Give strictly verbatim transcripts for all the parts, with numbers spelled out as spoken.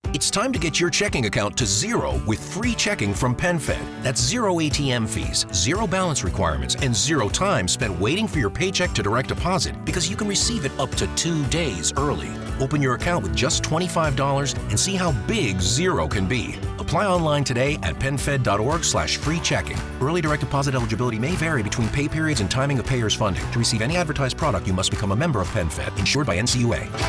It's time to get your checking account to zero with free checking from PenFed. That's zero A T M fees, zero balance requirements, and zero time spent waiting for your paycheck to direct deposit because you can receive it up to two days early. Open your account with just twenty-five dollars and see how big zero can be. Apply online today at penfed.org slash free checking. Early direct deposit eligibility may vary between pay periods and timing of payers' funding. To receive any advertised product, you must become a member of PenFed, insured by N C U A.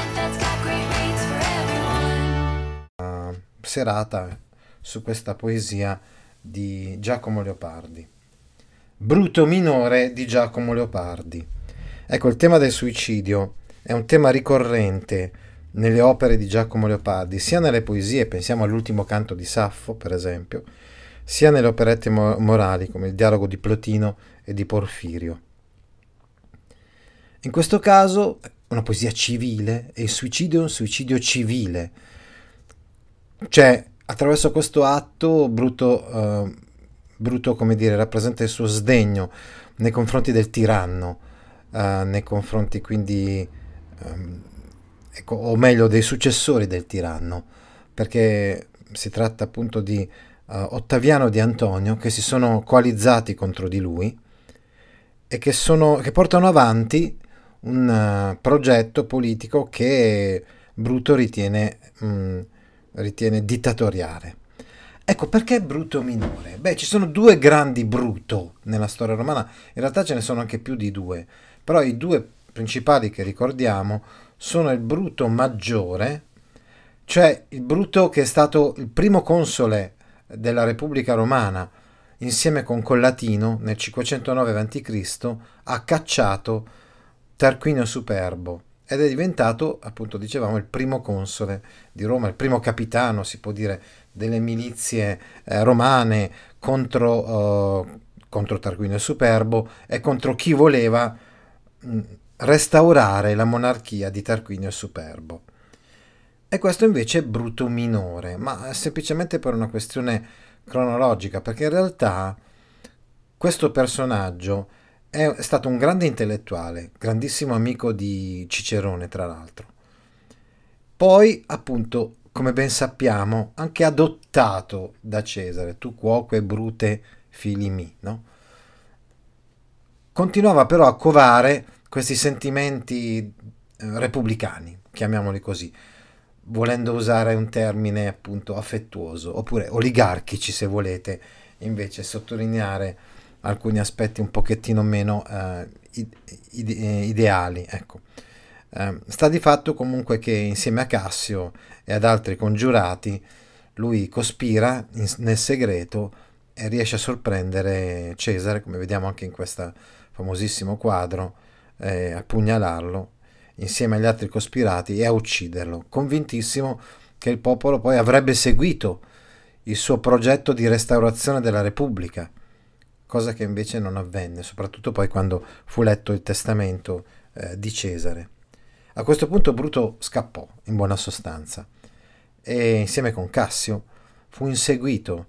Serata su questa poesia di Giacomo Leopardi. Bruto minore di Giacomo Leopardi. Ecco, il tema del suicidio è un tema ricorrente nelle opere di Giacomo Leopardi, sia nelle poesie, pensiamo all'ultimo canto di Saffo, per esempio, sia nelle operette mo- morali, come il dialogo di Plotino e di Porfirio. In questo caso, una poesia civile, e il suicidio è un suicidio civile. Cioè, attraverso questo atto, Bruto, eh, Bruto, come dire, rappresenta il suo sdegno nei confronti del tiranno, eh, nei confronti quindi, ehm, ecco, o meglio, dei successori del tiranno, perché si tratta appunto di eh, Ottaviano e di Antonio che si sono coalizzati contro di lui e che, sono, che portano avanti un uh, progetto politico che Bruto ritiene... Mh, ritiene dittatoriale. Ecco, perché Bruto minore? Beh, ci sono due grandi Bruto nella storia romana, in realtà ce ne sono anche più di due, però i due principali che ricordiamo sono il Bruto maggiore, cioè il Bruto che è stato il primo console della Repubblica Romana, insieme con Collatino nel cinquecentonove avanti Cristo ha cacciato Tarquinio Superbo ed è diventato, appunto dicevamo, il primo console di Roma, il primo capitano, si può dire, delle milizie eh, romane contro, eh, contro Tarquinio Superbo e contro chi voleva mh, restaurare la monarchia di Tarquinio Superbo. E questo invece è Bruto minore, ma semplicemente per una questione cronologica, perché in realtà questo personaggio è stato un grande intellettuale, grandissimo amico di Cicerone, tra l'altro. Poi, appunto, come ben sappiamo, anche adottato da Cesare, tu quoque brute fili mi, no? Continuava però a covare questi sentimenti eh, repubblicani, chiamiamoli così, volendo usare un termine appunto affettuoso, oppure oligarchici se volete, invece sottolineare alcuni aspetti un pochettino meno eh, ide- ideali, ecco. Eh, sta di fatto comunque che insieme a Cassio e ad altri congiurati lui cospira in, nel segreto e riesce a sorprendere Cesare, come vediamo anche in questo famosissimo quadro, eh, a pugnalarlo insieme agli altri cospirati e a ucciderlo, convintissimo che il popolo poi avrebbe seguito il suo progetto di restaurazione della Repubblica, cosa che invece non avvenne, soprattutto poi quando fu letto il testamento eh, di Cesare. A questo punto Bruto scappò, in buona sostanza, e insieme con Cassio fu inseguito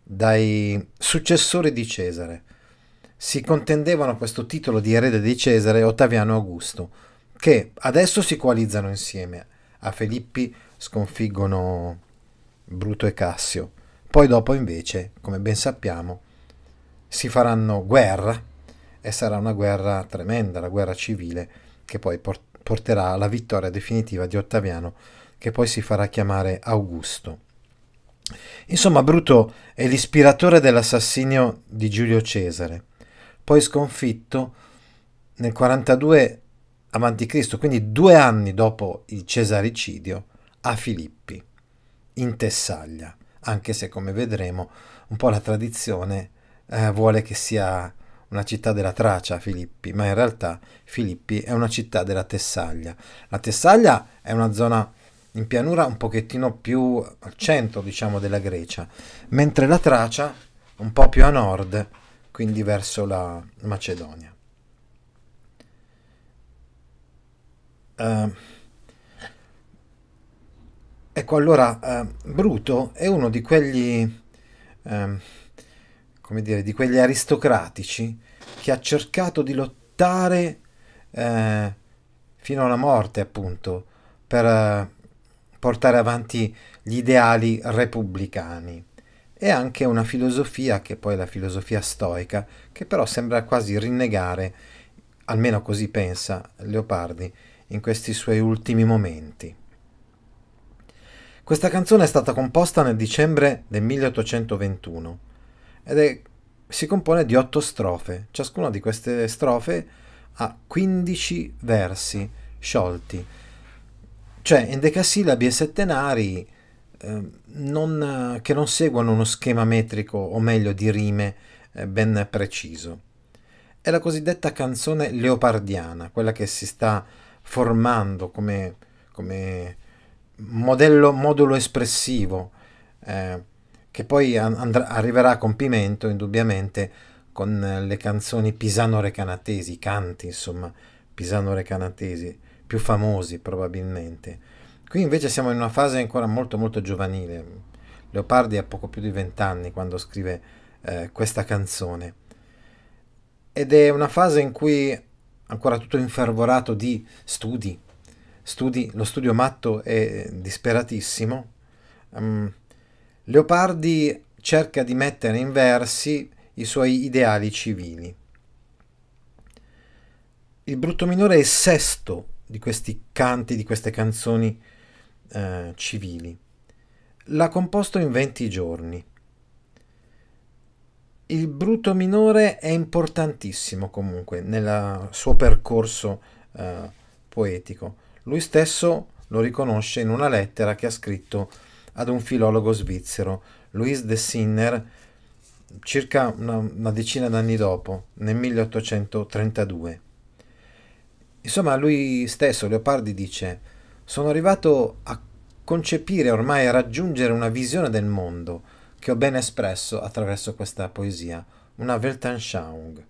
dai successori di Cesare. Si contendevano questo titolo di erede di Cesare, Ottaviano e Augusto, che adesso si coalizzano insieme. A Filippi sconfiggono Bruto e Cassio. Poi dopo invece, come ben sappiamo, si faranno guerra e sarà una guerra tremenda, la guerra civile, che poi porterà alla vittoria definitiva di Ottaviano, che poi si farà chiamare Augusto. Insomma, Bruto è l'ispiratore dell'assassinio di Giulio Cesare, poi sconfitto nel quarantadue avanti Cristo, quindi due anni dopo il cesaricidio, a Filippi, in Tessaglia, anche se, come vedremo, un po' la tradizione eh, vuole che sia una città della Tracia, Filippi, ma in realtà Filippi è una città della Tessaglia. La Tessaglia è una zona in pianura un pochettino più al centro, diciamo, della Grecia, mentre la Tracia un po' più a nord, quindi verso la Macedonia. Uh, ecco, allora, uh, Bruto è uno di quegli, uh, come dire, di quegli aristocratici che ha cercato di lottare uh, fino alla morte, appunto, per, uh, portare avanti gli ideali repubblicani. E anche una filosofia, che poi è la filosofia stoica, che però sembra quasi rinnegare, almeno così pensa Leopardi, in questi suoi ultimi momenti. Questa canzone è stata composta nel dicembre del milleottocentoventuno ed è, si compone di otto strofe. Ciascuna di queste strofe ha quindici versi sciolti, cioè endecasillabi e settenari eh, non, che non seguono uno schema metrico, o meglio di rime eh, ben preciso. È la cosiddetta canzone leopardiana, quella che si sta formando come, come modello, modulo espressivo, eh, che poi andrà, arriverà a compimento indubbiamente con le canzoni pisano-recanatesi, i canti insomma pisano-recanatesi più famosi probabilmente. Qui invece siamo in una fase ancora molto molto giovanile. Leopardi ha poco più di vent'anni quando scrive eh, questa canzone ed è una fase in cui ancora tutto infervorato di studi, studi, lo studio matto è disperatissimo. Um, Leopardi cerca di mettere in versi i suoi ideali civili. Il brutto minore è il sesto di questi canti, di queste canzoni eh, civili. L'ha composto in venti giorni. Il brutto minore è importantissimo comunque nel suo percorso eh, poetico. Lui stesso lo riconosce in una lettera che ha scritto ad un filologo svizzero, Louis de Sinner, circa una, una decina d'anni dopo, nel milleottocentotrentadue. Insomma, lui stesso, Leopardi, dice: sono arrivato a concepire, ormai a raggiungere una visione del mondo che ho ben espresso attraverso questa poesia, una Weltanschauung.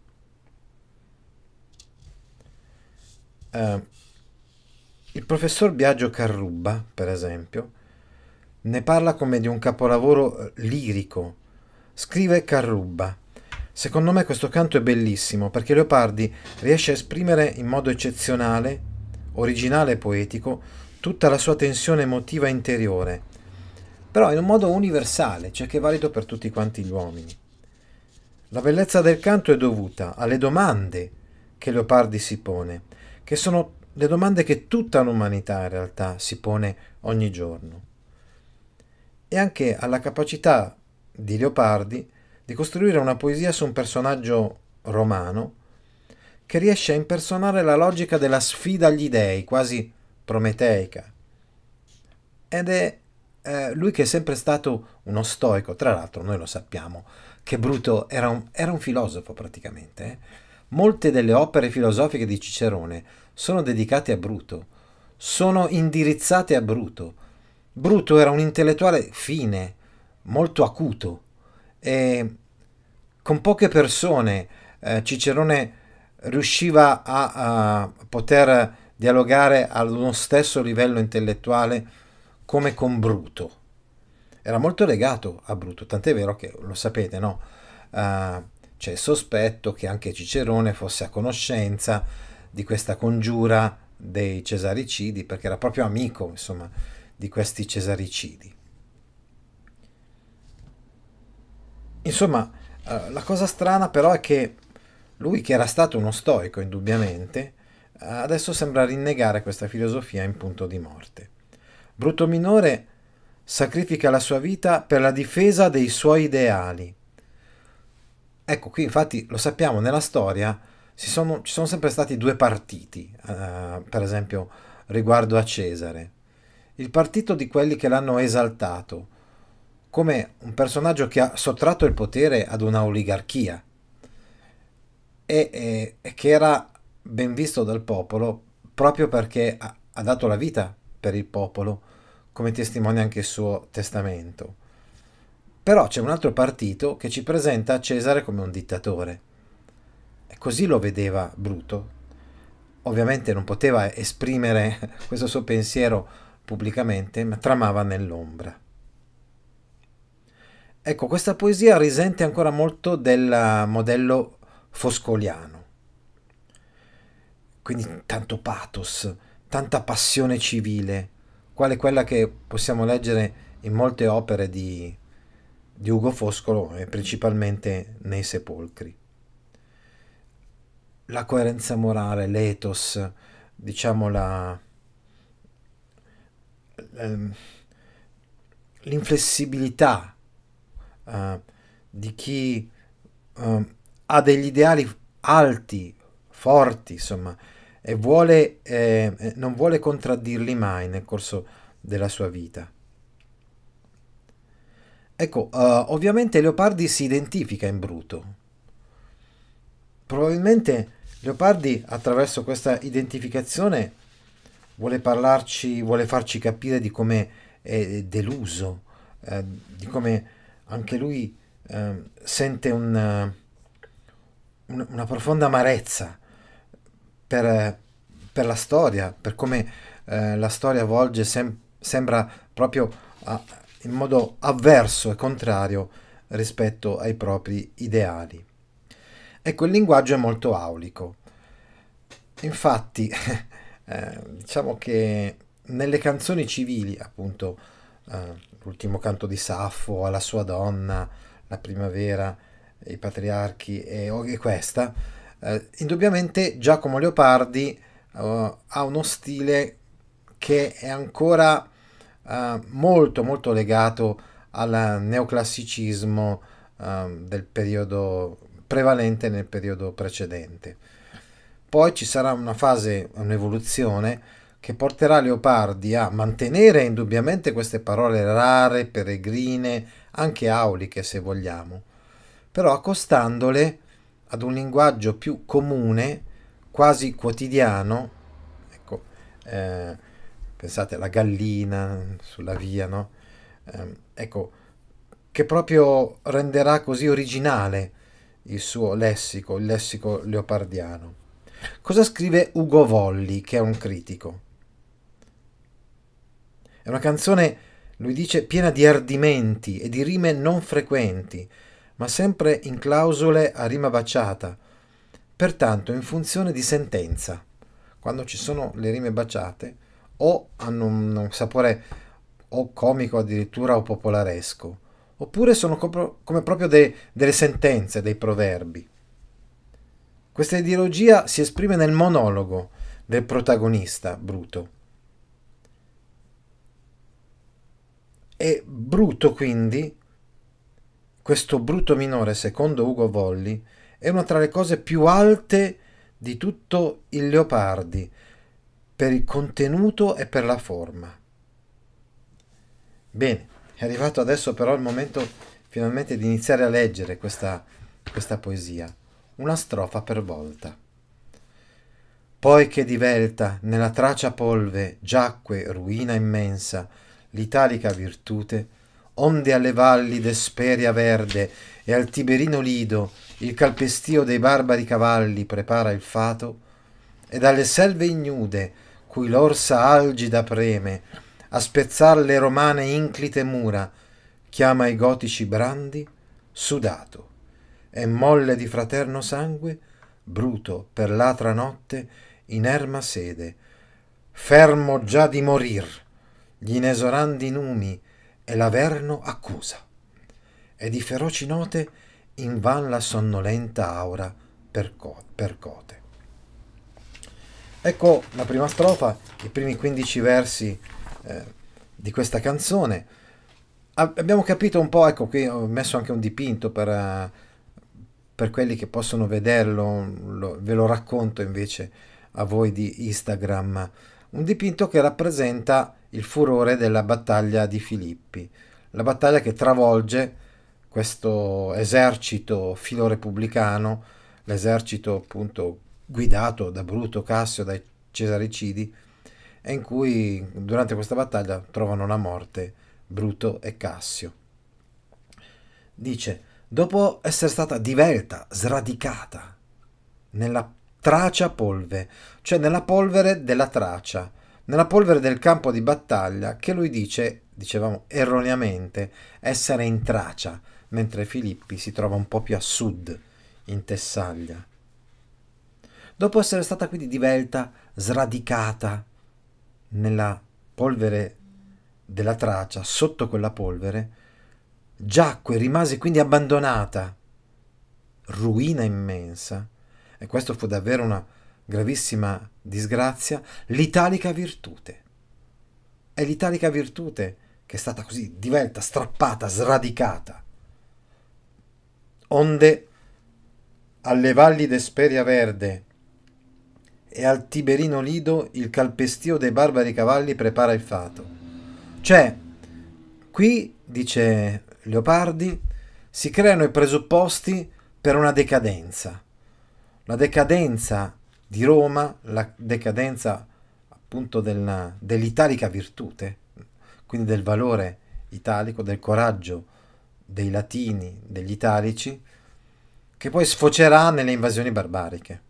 Eh, il professor Biagio Carrubba, per esempio, ne parla come di un capolavoro lirico. Scrive Carrubba: secondo me questo canto è bellissimo perché Leopardi riesce a esprimere in modo eccezionale, originale e poetico tutta la sua tensione emotiva interiore, però in un modo universale, cioè che è valido per tutti quanti gli uomini. La bellezza del canto è dovuta alle domande che Leopardi si pone, che sono le domande che tutta l'umanità in realtà si pone ogni giorno, e anche alla capacità di Leopardi di costruire una poesia su un personaggio romano che riesce a impersonare la logica della sfida agli dei, quasi prometeica. Ed è eh, lui che è sempre stato uno stoico. Tra l'altro noi lo sappiamo che Bruto era un, era un filosofo praticamente. Eh? Molte delle opere filosofiche di Cicerone sono dedicate a Bruto, sono indirizzate a Bruto. Bruto era un intellettuale fine, molto acuto, e con poche persone eh, Cicerone riusciva a, a poter dialogare ad uno stesso livello intellettuale come con Bruto. Era molto legato a Bruto, tant'è vero che, lo sapete, no? Uh, c'è il sospetto che anche Cicerone fosse a conoscenza di questa congiura dei cesaricidi, perché era proprio amico, insomma, di questi cesaricidi. Insomma, uh, la cosa strana però è che lui, che era stato uno stoico indubbiamente, uh, adesso sembra rinnegare questa filosofia in punto di morte. Brutto minore sacrifica la sua vita per la difesa dei suoi ideali. Ecco, qui infatti lo sappiamo, nella storia ci sono, ci sono sempre stati due partiti, uh, per esempio riguardo a Cesare. Il partito di quelli che l'hanno esaltato come un personaggio che ha sottratto il potere ad una oligarchia e, e, e che era ben visto dal popolo proprio perché ha, ha dato la vita per il popolo, come testimonia anche il suo testamento. Però c'è un altro partito che ci presenta Cesare come un dittatore, e così lo vedeva Bruto. Ovviamente non poteva esprimere questo suo pensiero pubblicamente, ma tramava nell'ombra. Ecco, questa poesia risente ancora molto del modello foscoliano, quindi tanto pathos, tanta passione civile, quale quella che possiamo leggere in molte opere di, di Ugo Foscolo e principalmente nei Sepolcri. La coerenza morale, l'ethos, diciamo la, ehm, l'inflessibilità eh, di chi eh, ha degli ideali alti, forti, insomma, e vuole, eh, non vuole contraddirli mai nel corso della sua vita. Ecco, eh, ovviamente Leopardi si identifica in Bruto. Probabilmente Leopardi, attraverso questa identificazione, vuole parlarci, vuole farci capire di come è deluso, eh, di come anche lui eh, sente un, eh, un- una profonda amarezza per, per la storia, per come eh, la storia volge, sem- sembra proprio a- in modo avverso e contrario rispetto ai propri ideali. Ecco, il linguaggio è molto aulico. Infatti, eh, diciamo che nelle canzoni civili, appunto, eh, l'ultimo canto di Saffo, alla sua donna, la primavera, i patriarchi e, e questa, eh, indubbiamente Giacomo Leopardi eh, ha uno stile che è ancora eh, molto molto legato al neoclassicismo eh, del periodo prevalente nel periodo precedente. Poi ci sarà una fase, un'evoluzione che porterà Leopardi a mantenere indubbiamente queste parole rare, peregrine, anche auliche se vogliamo, però accostandole ad un linguaggio più comune, quasi quotidiano. Ecco, eh, pensate alla gallina sulla via, no? Eh, ecco, che proprio renderà così originale il suo lessico, il lessico leopardiano. Cosa scrive Ugo Volli, che è un critico? È una canzone, lui dice, piena di ardimenti e di rime non frequenti, ma sempre in clausole a rima baciata, pertanto in funzione di sentenza. Quando ci sono le rime baciate, o hanno un, un sapore o comico addirittura o popolaresco, oppure sono copro- come proprio de- delle sentenze, dei proverbi. Questa ideologia si esprime nel monologo del protagonista, Bruto. E Bruto, quindi, questo Bruto minore, secondo Ugo Volli, è una tra le cose più alte di tutto il Leopardi, per il contenuto e per la forma. Bene, è arrivato adesso però il momento finalmente di iniziare a leggere questa, questa poesia, una strofa per volta. Poi che divelta nella tracia polve giacque ruina immensa l'italica virtute, onde alle valli d'Esperia verde e al Tiberino lido il calpestio dei barbari cavalli prepara il fato, e dalle selve ignude cui l'orsa algida preme a spezzar le romane inclite mura chiama i gotici brandi sudato, e molle di fraterno sangue Bruto per l'atra notte inerma sede, fermo già di morir, gli inesorandi numi e l'averno accusa, e di feroci note invan la sonnolenta aura perco- percote. Ecco la prima strofa, i primi quindici versi eh, di questa canzone. A- abbiamo capito un po', ecco qui ho messo anche un dipinto per, eh, per quelli che possono vederlo, lo- ve lo racconto invece a voi di Instagram, un dipinto che rappresenta il furore della battaglia di Filippi, la battaglia che travolge questo esercito filorepubblicano, l'esercito appunto guidato da Bruto, Cassio, dai Cesaricidi, e in cui durante questa battaglia trovano la morte Bruto e Cassio. Dice, dopo essere stata divelta, sradicata nella tracia polve, cioè nella polvere della tracia, nella polvere del campo di battaglia che lui dice, dicevamo erroneamente, essere in Tracia, mentre Filippi si trova un po' più a sud, in Tessaglia. Dopo essere stata quindi divelta, sradicata nella polvere della Tracia sotto quella polvere giacque, rimase quindi abbandonata, ruina immensa, e questo fu davvero una gravissima disgrazia, l'Italica Virtute. È l'Italica Virtute che è stata così divelta, strappata, sradicata. Onde alle valli d'Esperia verde e al Tiberino lido il calpestio dei barbari cavalli prepara il fato. Cioè, qui, dice Leopardi, si creano i presupposti per una decadenza. La decadenza di Roma, la decadenza appunto della, dell'italica virtute, quindi del valore italico, del coraggio dei latini, degli italici, che poi sfocerà nelle invasioni barbariche.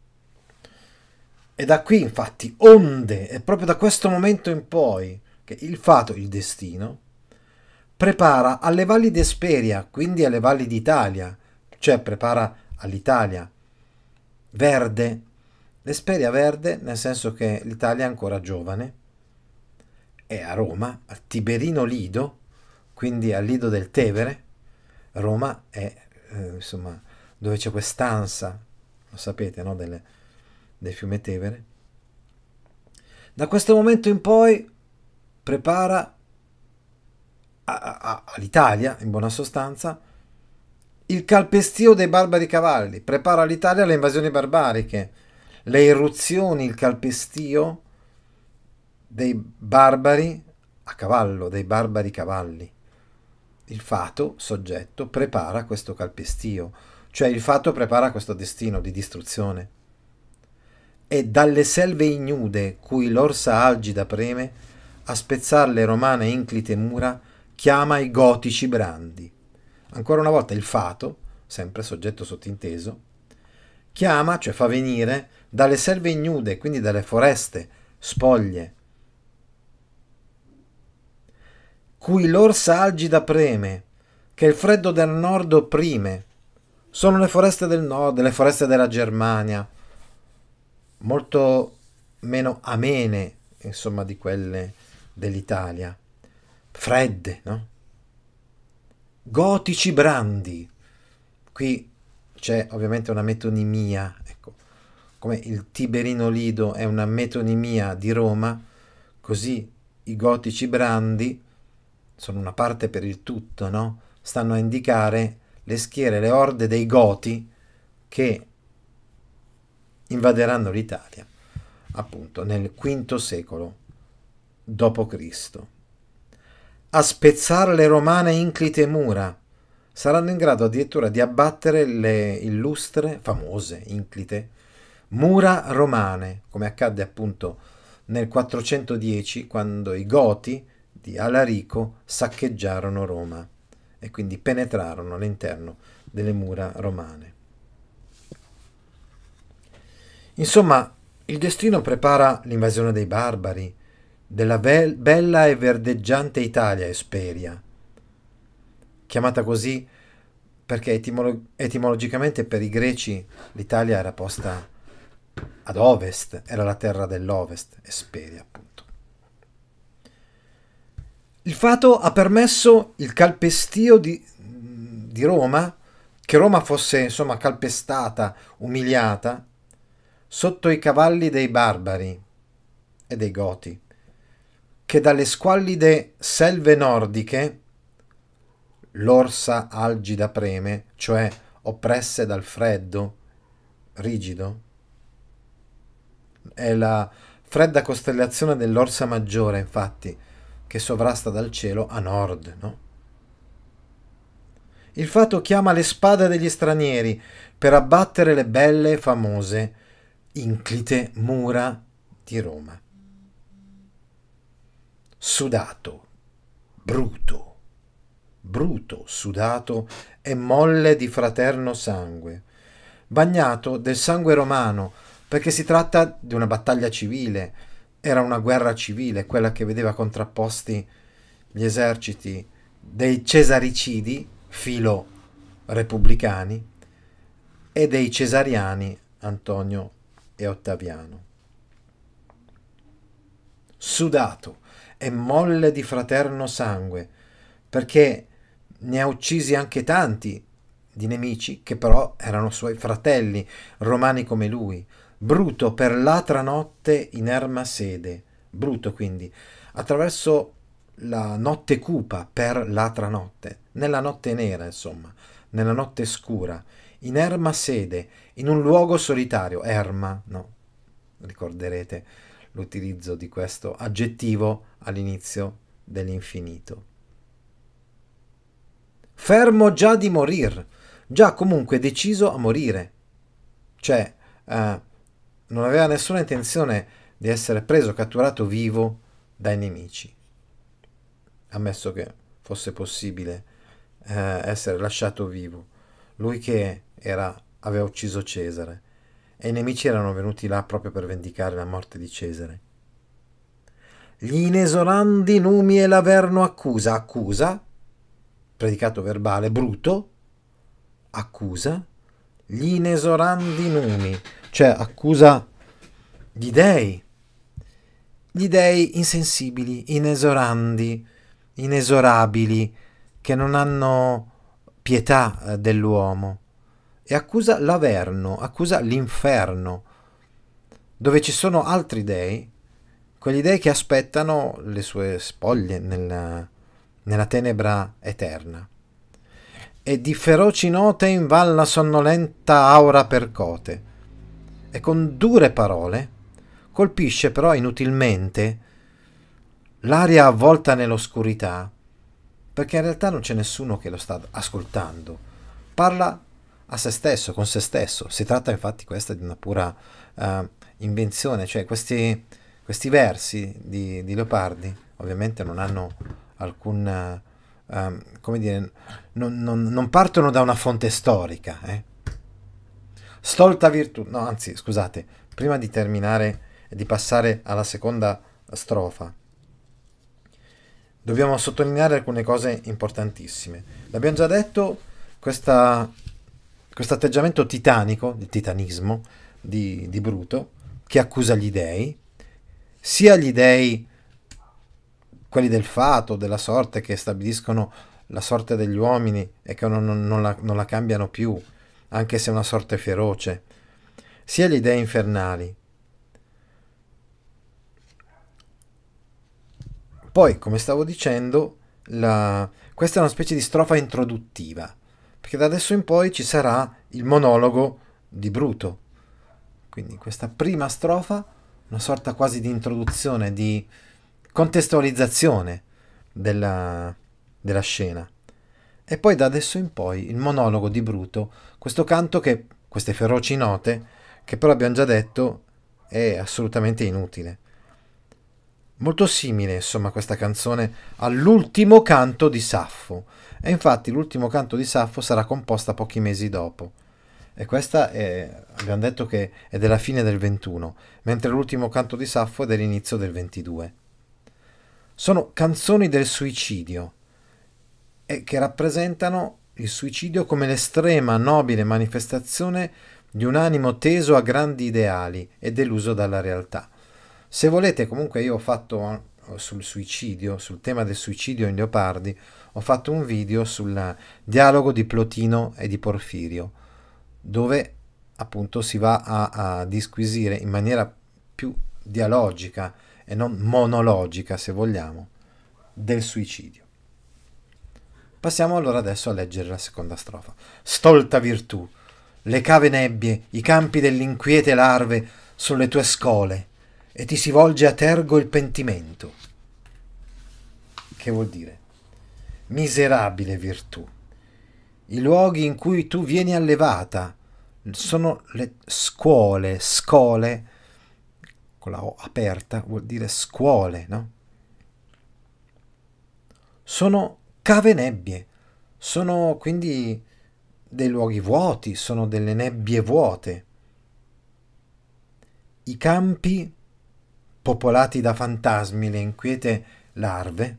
E da qui, infatti, onde, è proprio da questo momento in poi che il fato, il destino, prepara alle valli d'Esperia, quindi alle valli d'Italia, cioè prepara all'Italia verde, l'Esperia verde nel senso che l'Italia è ancora giovane, e a Roma, al Tiberino lido, quindi al lido del Tevere. Roma è, eh, insomma, dove c'è quest'ansa, lo sapete, no? Delle, del fiume Tevere. Da questo momento in poi prepara a, a, all'Italia, in buona sostanza, il calpestio dei barbari cavalli, prepara l'Italia alle invasioni barbariche, le irruzioni, il calpestio dei barbari a cavallo, dei barbari cavalli. Il fato, soggetto, prepara questo calpestio, cioè il fato prepara questo destino di distruzione. E dalle selve ignude, cui l'orsa algida preme, a spezzar le romane inclite mura, chiama i gotici brandi. Ancora una volta il fato, sempre soggetto sottinteso, chiama, cioè fa venire, dalle selve ignude, quindi dalle foreste, spoglie, cui l'orsa algida preme, che il freddo del nord opprime. Sono le foreste del nord, le foreste della Germania, molto meno amene, insomma, di quelle dell'Italia, fredde, no? Gotici brandi. Qui c'è ovviamente una metonimia, ecco, come il Tiberino lido è una metonimia di Roma, così i gotici brandi sono una parte per il tutto, no? Stanno a indicare le schiere, le orde dei Goti che invaderanno l'Italia, appunto, nel quinto secolo dopo Cristo. A spezzare le romane inclite mura, saranno in grado addirittura di abbattere le illustre, famose, inclite, mura romane, come accadde appunto nel quattrocentodieci, quando i Goti di Alarico saccheggiarono Roma e quindi penetrarono all'interno delle mura romane. Insomma, il destino prepara l'invasione dei barbari, della be- bella e verdeggiante Italia Esperia, chiamata così perché etimolo- etimologicamente per i greci l'Italia era posta ad ovest, era la terra dell'ovest, Esperia appunto. Il fato ha permesso il calpestio di, di Roma, che Roma fosse insomma calpestata, umiliata, sotto i cavalli dei barbari e dei Goti, che dalle squallide selve nordiche, l'orsa algida preme, cioè oppresse dal freddo, rigido, è la fredda costellazione dell'Orsa Maggiore, infatti, che sovrasta dal cielo a nord, no? Il fato chiama le spade degli stranieri per abbattere le belle e famose inclite mura di Roma. Sudato, bruto, bruto, sudato e molle di fraterno sangue, bagnato del sangue romano, perché si tratta di una battaglia civile, era una guerra civile, quella che vedeva contrapposti gli eserciti dei cesaricidi, filo repubblicani, e dei cesariani, Antonio e Ottaviano. Sudato e molle di fraterno sangue, perché ne ha uccisi anche tanti di nemici che però erano suoi fratelli, romani come lui. Bruto per l'atra notte in erma sede, Bruto quindi, attraverso la notte cupa per l'altra notte, nella notte nera, insomma, nella notte scura, in erma sede, in un luogo solitario, erma, no? Ricorderete l'utilizzo di questo aggettivo all'inizio dell'infinito. Fermo già di morir, già comunque deciso a morire, cioè eh, non aveva nessuna intenzione di essere preso, catturato vivo dai nemici, ammesso che fosse possibile eh, essere lasciato vivo. Lui che era, aveva ucciso Cesare e i nemici erano venuti là proprio per vendicare la morte di Cesare. Gli inesorandi numi e l'Averno accusa, accusa, predicato verbale, Bruto, accusa, gli inesorandi numi, cioè accusa gli dei, gli dei insensibili, inesorandi, inesorabili, che non hanno pietà dell'uomo, e accusa l'Averno, accusa l'inferno, dove ci sono altri dei, quegli dei che aspettano le sue spoglie nella, nella tenebra eterna. E di feroci note invalla sonnolenta aura percote, e con dure parole colpisce però inutilmente l'aria avvolta nell'oscurità, perché in realtà non c'è nessuno che lo sta ascoltando. Parla a se stesso, con se stesso. Si tratta infatti questa di una pura uh, invenzione, cioè questi, questi versi di, di Leopardi ovviamente non hanno alcun, uh, come dire, non, non, non partono da una fonte storica. Eh? Stolta virtù, no, anzi, scusate, prima di terminare e di passare alla seconda strofa, dobbiamo sottolineare alcune cose importantissime. L'abbiamo già detto, questa, questo atteggiamento titanico, il titanismo di, di Bruto, che accusa gli dei, sia gli dei, quelli del fato, della sorte, che stabiliscono la sorte degli uomini e che non, non, non, la, non la cambiano più, anche se è una sorte feroce, sia gli dei infernali. Poi, come stavo dicendo, la... questa è una specie di strofa introduttiva, perché da adesso in poi ci sarà il monologo di Bruto. Quindi questa prima strofa, una sorta quasi di introduzione, di contestualizzazione della, della scena. E poi da adesso in poi il monologo di Bruto, questo canto che, queste feroci note, che però abbiamo già detto è assolutamente inutile. Molto simile, insomma, questa canzone all'ultimo canto di Saffo. E infatti l'ultimo canto di Saffo sarà composta pochi mesi dopo. E questa è, abbiamo detto che è della fine del ventuno, mentre l'ultimo canto di Saffo è dell'inizio del ventidue. Sono canzoni del suicidio, e che rappresentano il suicidio come l'estrema nobile manifestazione di un animo teso a grandi ideali e deluso dalla realtà. Se volete, comunque, io ho fatto sul suicidio, sul tema del suicidio in Leopardi, ho fatto un video sul dialogo di Plotino e di Porfirio, dove appunto si va a, a disquisire in maniera più dialogica e non monologica, se vogliamo, del suicidio. Passiamo allora adesso a leggere la seconda strofa. Stolta virtù, le cave nebbie, i campi dell'inquiete larve sulle tue scole, e ti si volge a tergo il pentimento. Che vuol dire? Miserabile virtù. I luoghi in cui tu vieni allevata sono le scuole, scole, con la O aperta vuol dire scuole, no? Sono cave nebbie, sono quindi dei luoghi vuoti, sono delle nebbie vuote. I campi popolati da fantasmi, le inquiete larve.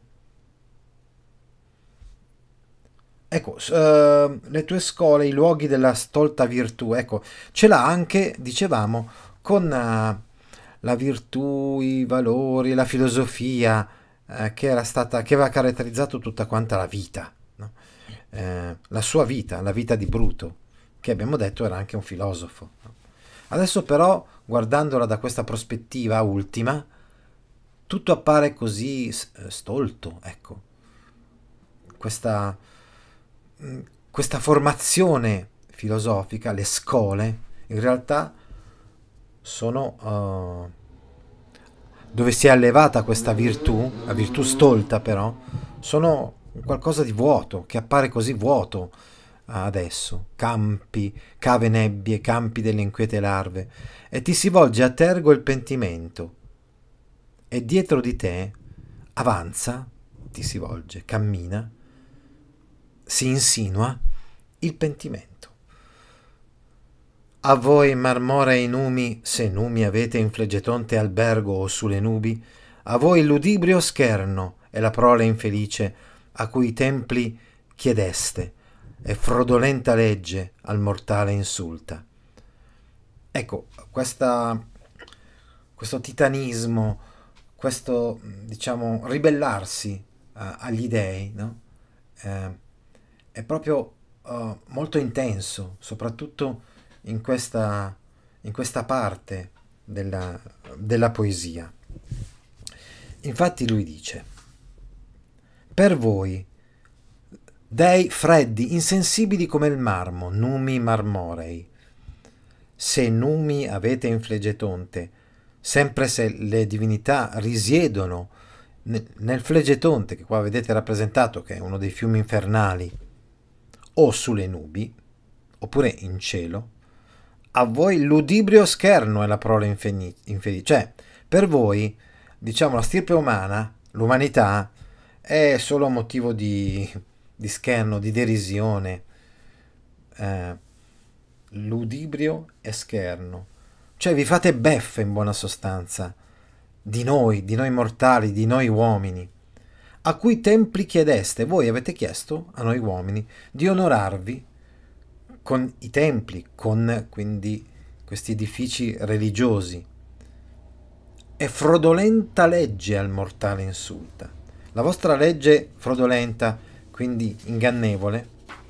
Ecco, uh, le tue scole, i luoghi della stolta virtù, ecco, ce l'ha anche, dicevamo, con uh, la virtù, i valori, la filosofia eh, che era stata, che aveva caratterizzato tutta quanta la vita, no? Eh, la sua vita, la vita di Bruto, che abbiamo detto era anche un filosofo, no? Adesso però, guardandola da questa prospettiva ultima, tutto appare così stolto, ecco. Questa, questa formazione filosofica, le scole, in realtà sono uh, dove si è allevata questa virtù, la virtù stolta però, sono qualcosa di vuoto, che appare così vuoto adesso, campi, cave nebbie, campi delle inquiete larve, e ti si volge a tergo il pentimento, e dietro di te avanza, ti si volge, cammina, si insinua il pentimento. A voi marmorei numi, se numi avete in flegetonte albergo o sulle nubi, a voi il ludibrio scherno e la prole infelice, a cui i templi chiedeste, e frodolenta legge al mortale insulta. Ecco, questa, questo titanismo, questo, diciamo, ribellarsi uh, agli dei, no? Eh, è proprio uh, molto intenso, soprattutto in questa, in questa parte della, della poesia. Infatti lui dice: per voi, dei freddi, insensibili come il marmo, numi marmorei, se numi avete in flegetonte, sempre se le divinità risiedono nel flegetonte, che qua vedete rappresentato, che è uno dei fiumi infernali, o sulle nubi, oppure in cielo, a voi l'udibrio scherno è la prole infelice. Cioè, per voi, diciamo, la stirpe umana, l'umanità, è solo motivo di, di scherno, di derisione. Eh, ludibrio e scherno. Cioè, vi fate beffe, in buona sostanza, di noi, di noi mortali, di noi uomini, a cui templi chiedeste. Voi avete chiesto a noi uomini di onorarvi con i templi, con quindi questi edifici religiosi. E frodolenta legge al mortale insulta. La vostra legge frodolenta, quindi ingannevole,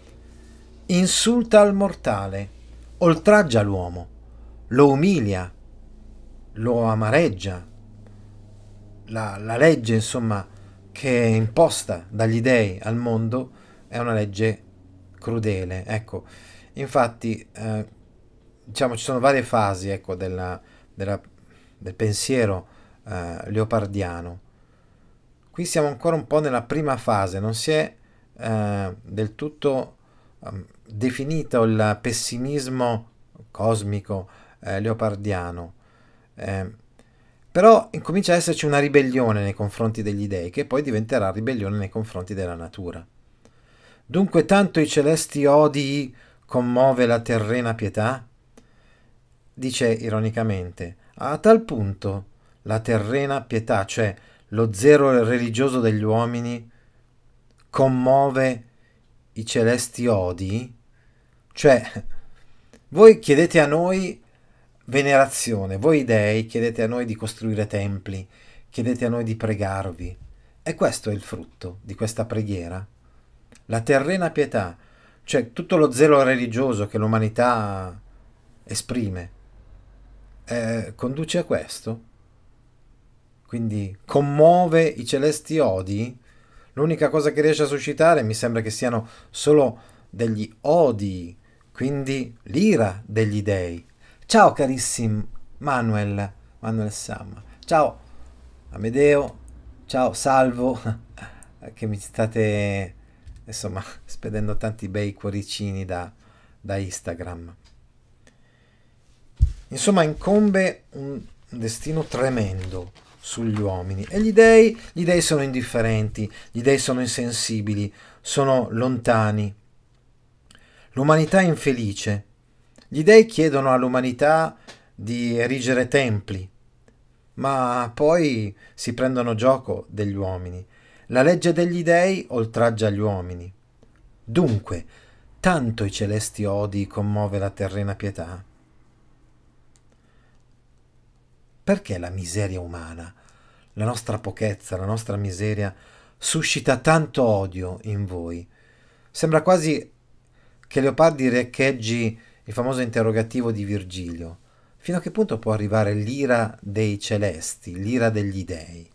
insulta al mortale, oltraggia l'uomo, lo umilia, lo amareggia. La, la legge, insomma, che è imposta dagli dei al mondo è una legge crudele, ecco. Infatti, eh, diciamo, ci sono varie fasi, ecco, della, della, del pensiero eh, leopardiano. Qui siamo ancora un po' nella prima fase, non si è eh, del tutto eh, definito il pessimismo cosmico eh, leopardiano, eh, però incomincia ad esserci una ribellione nei confronti degli dei, che poi diventerà ribellione nei confronti della natura. Dunque tanto i celesti odii commuove la terrena pietà? Dice ironicamente, a tal punto la terrena pietà, cioè lo zelo religioso degli uomini, commuove i celesti odii? Cioè, voi chiedete a noi venerazione, voi dei chiedete a noi di costruire templi, chiedete a noi di pregarvi, e questo è il frutto di questa preghiera? La terrena pietà, cioè tutto lo zelo religioso che l'umanità esprime, eh, conduce a questo? Quindi commuove i celesti odi? L'unica cosa che riesce a suscitare mi sembra che siano solo degli odi, quindi l'ira degli dei. Ciao carissimo Manuel, Manuel Samma. Ciao Amedeo, ciao Salvo, che mi state, insomma, spedendo tanti bei cuoricini da, da Instagram. Insomma, incombe un destino tremendo sugli uomini, e gli dei, gli dei sono indifferenti, gli dei sono insensibili, sono lontani. L'umanità è infelice. Gli dei chiedono all'umanità di erigere templi, ma poi si prendono gioco degli uomini. La legge degli dei oltraggia gli uomini. Dunque, tanto i celesti odi commuove la terrena pietà? Perché la miseria umana, la nostra pochezza, la nostra miseria suscita tanto odio in voi. Sembra quasi che Leopardi riecheggi il famoso interrogativo di Virgilio. Fino a che punto può arrivare l'ira dei celesti, l'ira degli dei?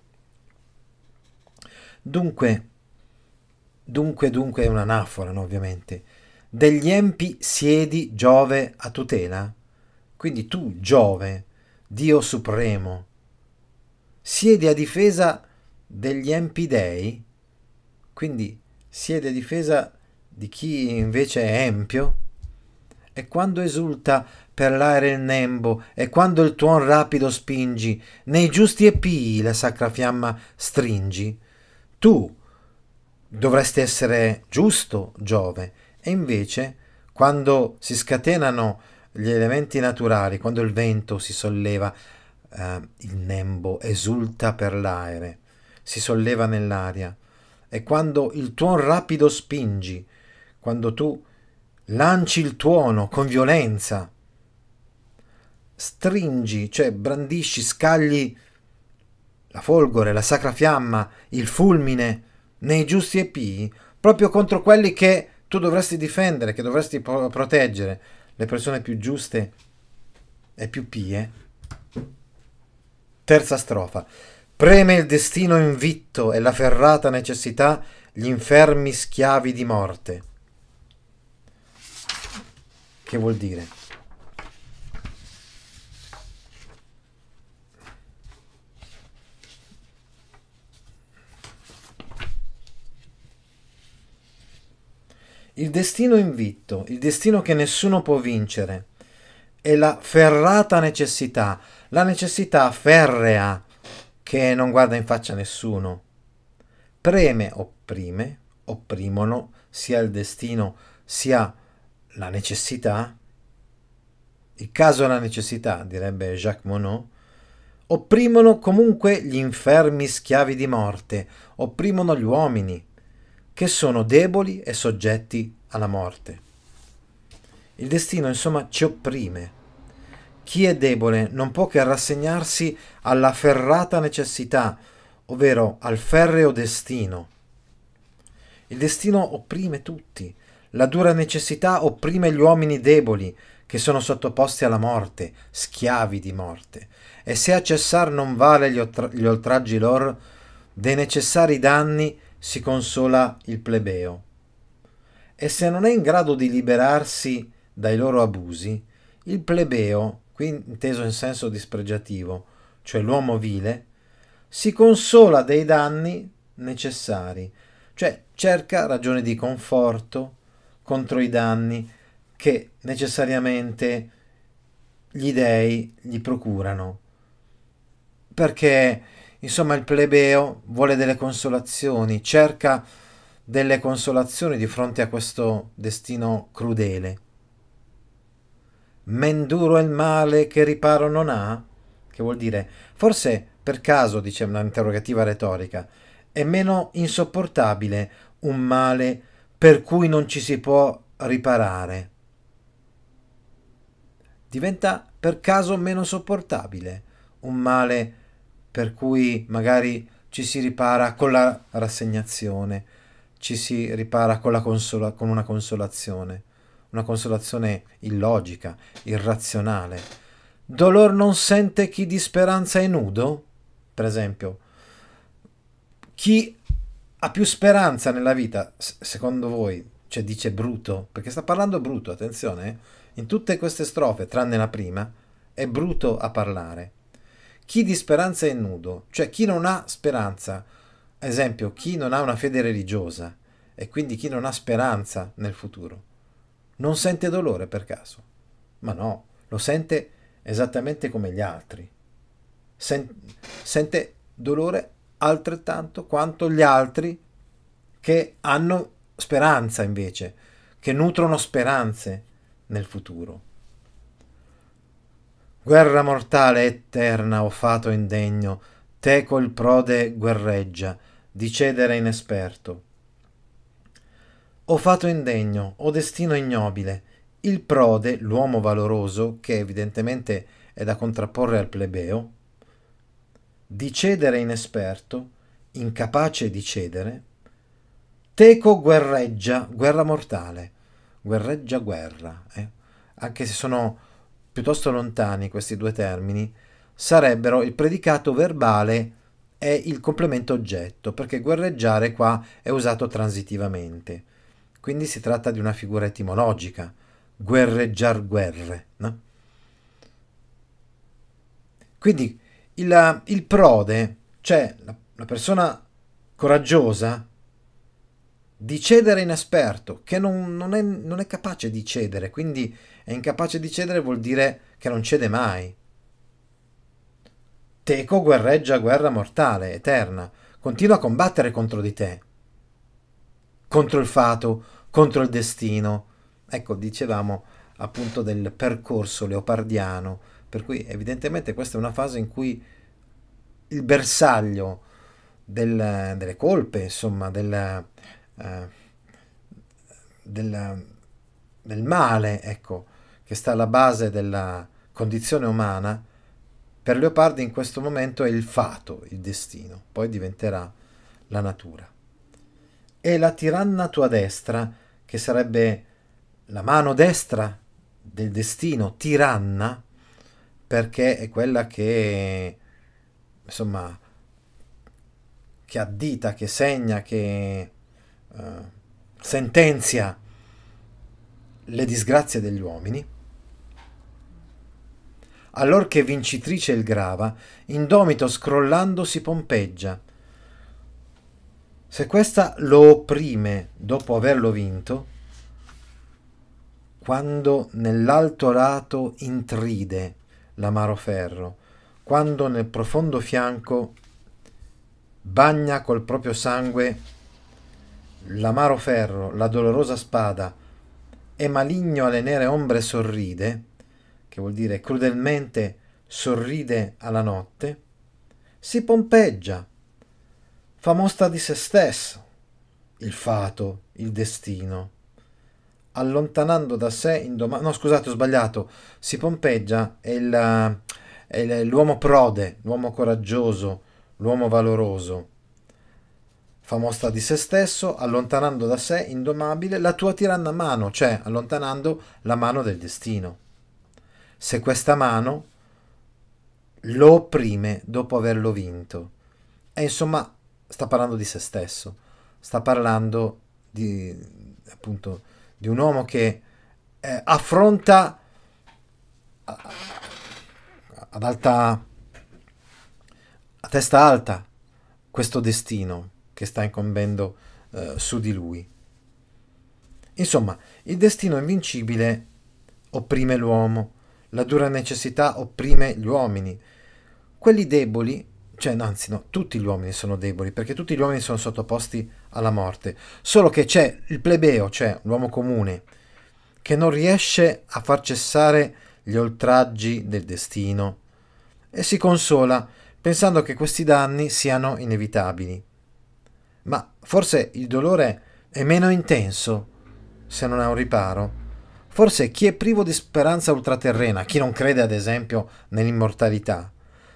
Dunque, dunque, dunque è un'anafora, no, ovviamente. Degli empi siedi Giove a tutela? Quindi tu, Giove, Dio supremo, siedi a difesa degli empi dei? Quindi siede a difesa di chi invece è empio? E quando esulta per l'aere il nembo, e quando il tuon rapido spingi, nei giusti e pii la sacra fiamma stringi? Tu dovresti essere giusto, Giove, e invece, quando si scatenano gli elementi naturali, quando il vento si solleva, eh, il nembo esulta per l'aere, si solleva nell'aria, e quando il tuon rapido spingi, quando tu lanci il tuono con violenza, stringi, cioè brandisci, scagli la folgore, la sacra fiamma, il fulmine nei giusti e pii, proprio contro quelli che tu dovresti difendere, che dovresti pro- proteggere, le persone più giuste e più pie. Terza strofa. Preme il destino invitto e la ferrata necessità gli infermi schiavi di morte. Che vuol dire? Il destino invitto, il destino che nessuno può vincere, e la ferrata necessità, la necessità ferrea che non guarda in faccia nessuno. Preme, opprime, opprimono sia il destino sia la necessità. Il caso è la necessità, direbbe Jacques Monod. Opprimono comunque gli infermi schiavi di morte, opprimono gli uomini, che sono deboli e soggetti alla morte. Il destino, insomma, ci opprime. Chi è debole non può che rassegnarsi alla ferrata necessità, ovvero al ferreo destino. Il destino opprime tutti. La dura necessità opprime gli uomini deboli, che sono sottoposti alla morte, schiavi di morte. E se a cessar non vale gli, oltra- gli oltraggi lor, dei necessari danni si consola il plebeo. E se non è in grado di liberarsi dai loro abusi, il plebeo, qui inteso in senso dispregiativo, cioè l'uomo vile, si consola dei danni necessari, cioè cerca ragioni di conforto contro i danni che necessariamente gli dei gli procurano. Perché, insomma, il plebeo vuole delle consolazioni, cerca delle consolazioni di fronte a questo destino crudele. Men duro è il male che riparo non ha? Che vuol dire, forse per caso, dice una interrogativa retorica, è meno insopportabile un male per cui non ci si può riparare. Diventa per caso meno sopportabile un male per cui magari ci si ripara con la rassegnazione, ci si ripara con, la consola- con una consolazione, una consolazione illogica, irrazionale. Dolor non sente chi di speranza è nudo? Per esempio, chi ha più speranza nella vita, secondo voi, cioè dice Bruto, perché sta parlando Bruto, attenzione, eh? In tutte queste strofe, tranne la prima, è Bruto a parlare. Chi di speranza è nudo, cioè chi non ha speranza, ad esempio chi non ha una fede religiosa e quindi chi non ha speranza nel futuro, non sente dolore per caso? Ma no, lo sente esattamente come gli altri. Sen- sente dolore altrettanto quanto gli altri che hanno speranza invece, che nutrono speranze nel futuro. Guerra mortale eterna, o fato indegno, teco il prode guerreggia, di cedere inesperto. O fato indegno, o destino ignobile, il prode, l'uomo valoroso, che evidentemente è da contrapporre al plebeo, di cedere inesperto, incapace di cedere, teco guerreggia, guerra mortale, guerreggia guerra, eh? Anche se sono piuttosto lontani questi due termini, sarebbero il predicato verbale e il complemento oggetto, perché guerreggiare qua è usato transitivamente, quindi si tratta di una figura etimologica, guerreggiar guerre, no? Quindi il, il prode, cioè la, la persona coraggiosa, di cedere inesperto, che non, non, è, non è capace di cedere, quindi è incapace di cedere vuol dire che non cede mai. Teco guerreggia guerra mortale, eterna, continua a combattere contro di te, contro il fato, contro il destino. Ecco, dicevamo appunto del percorso leopardiano, per cui evidentemente questa è una fase in cui il bersaglio del, delle colpe, insomma, del, eh, del, del male, ecco, che sta alla base della condizione umana, per Leopardi in questo momento è il fato, il destino, poi diventerà la natura. E la tiranna tua destra, che sarebbe la mano destra del destino, tiranna, perché è quella che, insomma, che addita, che segna, che uh, sentenzia le disgrazie degli uomini. Allor che vincitrice il grava, indomito scrollando si pompeggia. Se questa lo opprime dopo averlo vinto, quando nell'alto lato intride l'amaro ferro, quando nel profondo fianco bagna col proprio sangue l'amaro ferro, la dolorosa spada, e maligno alle nere ombre sorride, che vuol dire crudelmente sorride alla notte, si pompeggia, fa mostra di se stesso, il fato, il destino, allontanando da sé indoma- no scusate ho sbagliato, si pompeggia è, il, è l'uomo prode, l'uomo coraggioso, l'uomo valoroso, fa mostra di se stesso, allontanando da sé indomabile la tua tiranna mano, cioè allontanando la mano del destino. Se questa mano lo opprime dopo averlo vinto. E insomma sta parlando di se stesso, sta parlando di, appunto, di un uomo che eh, affronta a, ad alta, a testa alta questo destino che sta incombendo eh, su di lui. Insomma, il destino invincibile opprime l'uomo, la dura necessità opprime gli uomini. Quelli deboli, cioè anzi no, tutti gli uomini sono deboli, perché tutti gli uomini sono sottoposti alla morte, solo che c'è il plebeo, cioè l'uomo comune, che non riesce a far cessare gli oltraggi del destino e si consola pensando che questi danni siano inevitabili. Ma forse il dolore è meno intenso se non ha un riparo. Forse chi è privo di speranza ultraterrena, chi non crede ad esempio nell'immortalità,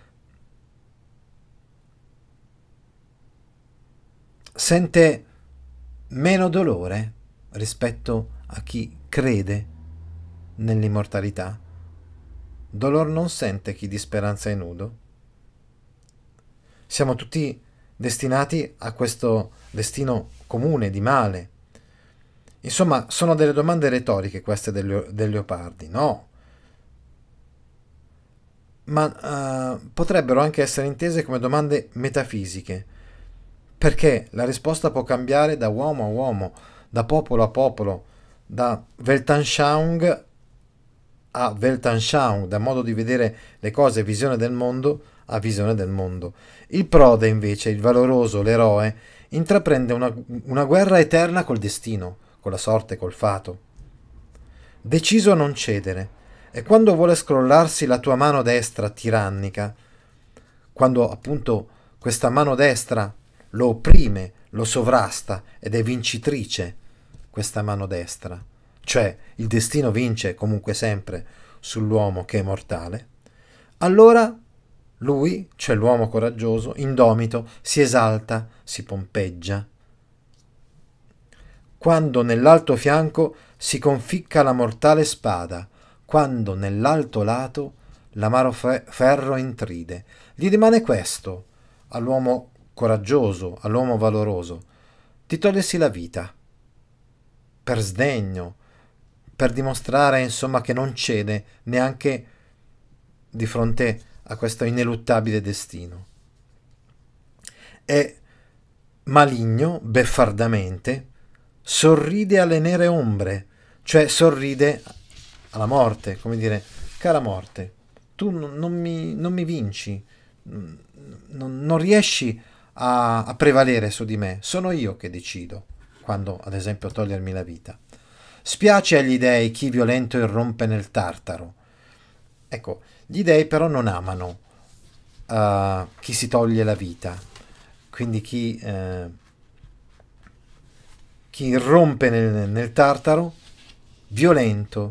sente meno dolore rispetto a chi crede nell'immortalità. Dolor non sente chi di speranza è nudo. Siamo tutti destinati a questo destino comune di male. Insomma, sono delle domande retoriche queste del, del Leopardi, no? Ma uh, potrebbero anche essere intese come domande metafisiche, perché la risposta può cambiare da uomo a uomo, da popolo a popolo, da Weltanschauung a Weltanschauung, da modo di vedere le cose, visione del mondo a visione del mondo. Il prode, invece, il valoroso, l'eroe, intraprende una, una guerra eterna col destino, con la sorte, col fato, deciso a non cedere, e quando vuole scrollarsi la tua mano destra tirannica, quando appunto questa mano destra lo opprime, lo sovrasta ed è vincitrice, questa mano destra, cioè il destino vince comunque sempre sull'uomo che è mortale, allora Lui, cioè l'uomo coraggioso, indomito, si esalta, si pompeggia. Quando nell'alto fianco si conficca la mortale spada, quando nell'alto lato l'amaro fe- ferro intride. Gli rimane questo all'uomo coraggioso, all'uomo valoroso, di togliersi la vita, per sdegno, per dimostrare insomma che non cede neanche di fronte a questo ineluttabile destino. E maligno, beffardamente, sorride alle nere ombre, cioè sorride alla morte, come dire, cara morte, tu non, non mi, non mi vinci, non, non riesci a, a prevalere su di me, sono io che decido quando, ad esempio, togliermi la vita. Spiace agli dei chi violento irrompe nel tartaro. Ecco, gli dei però non amano uh, chi si toglie la vita, quindi chi, eh, chi irrompe nel, nel tartaro, violento,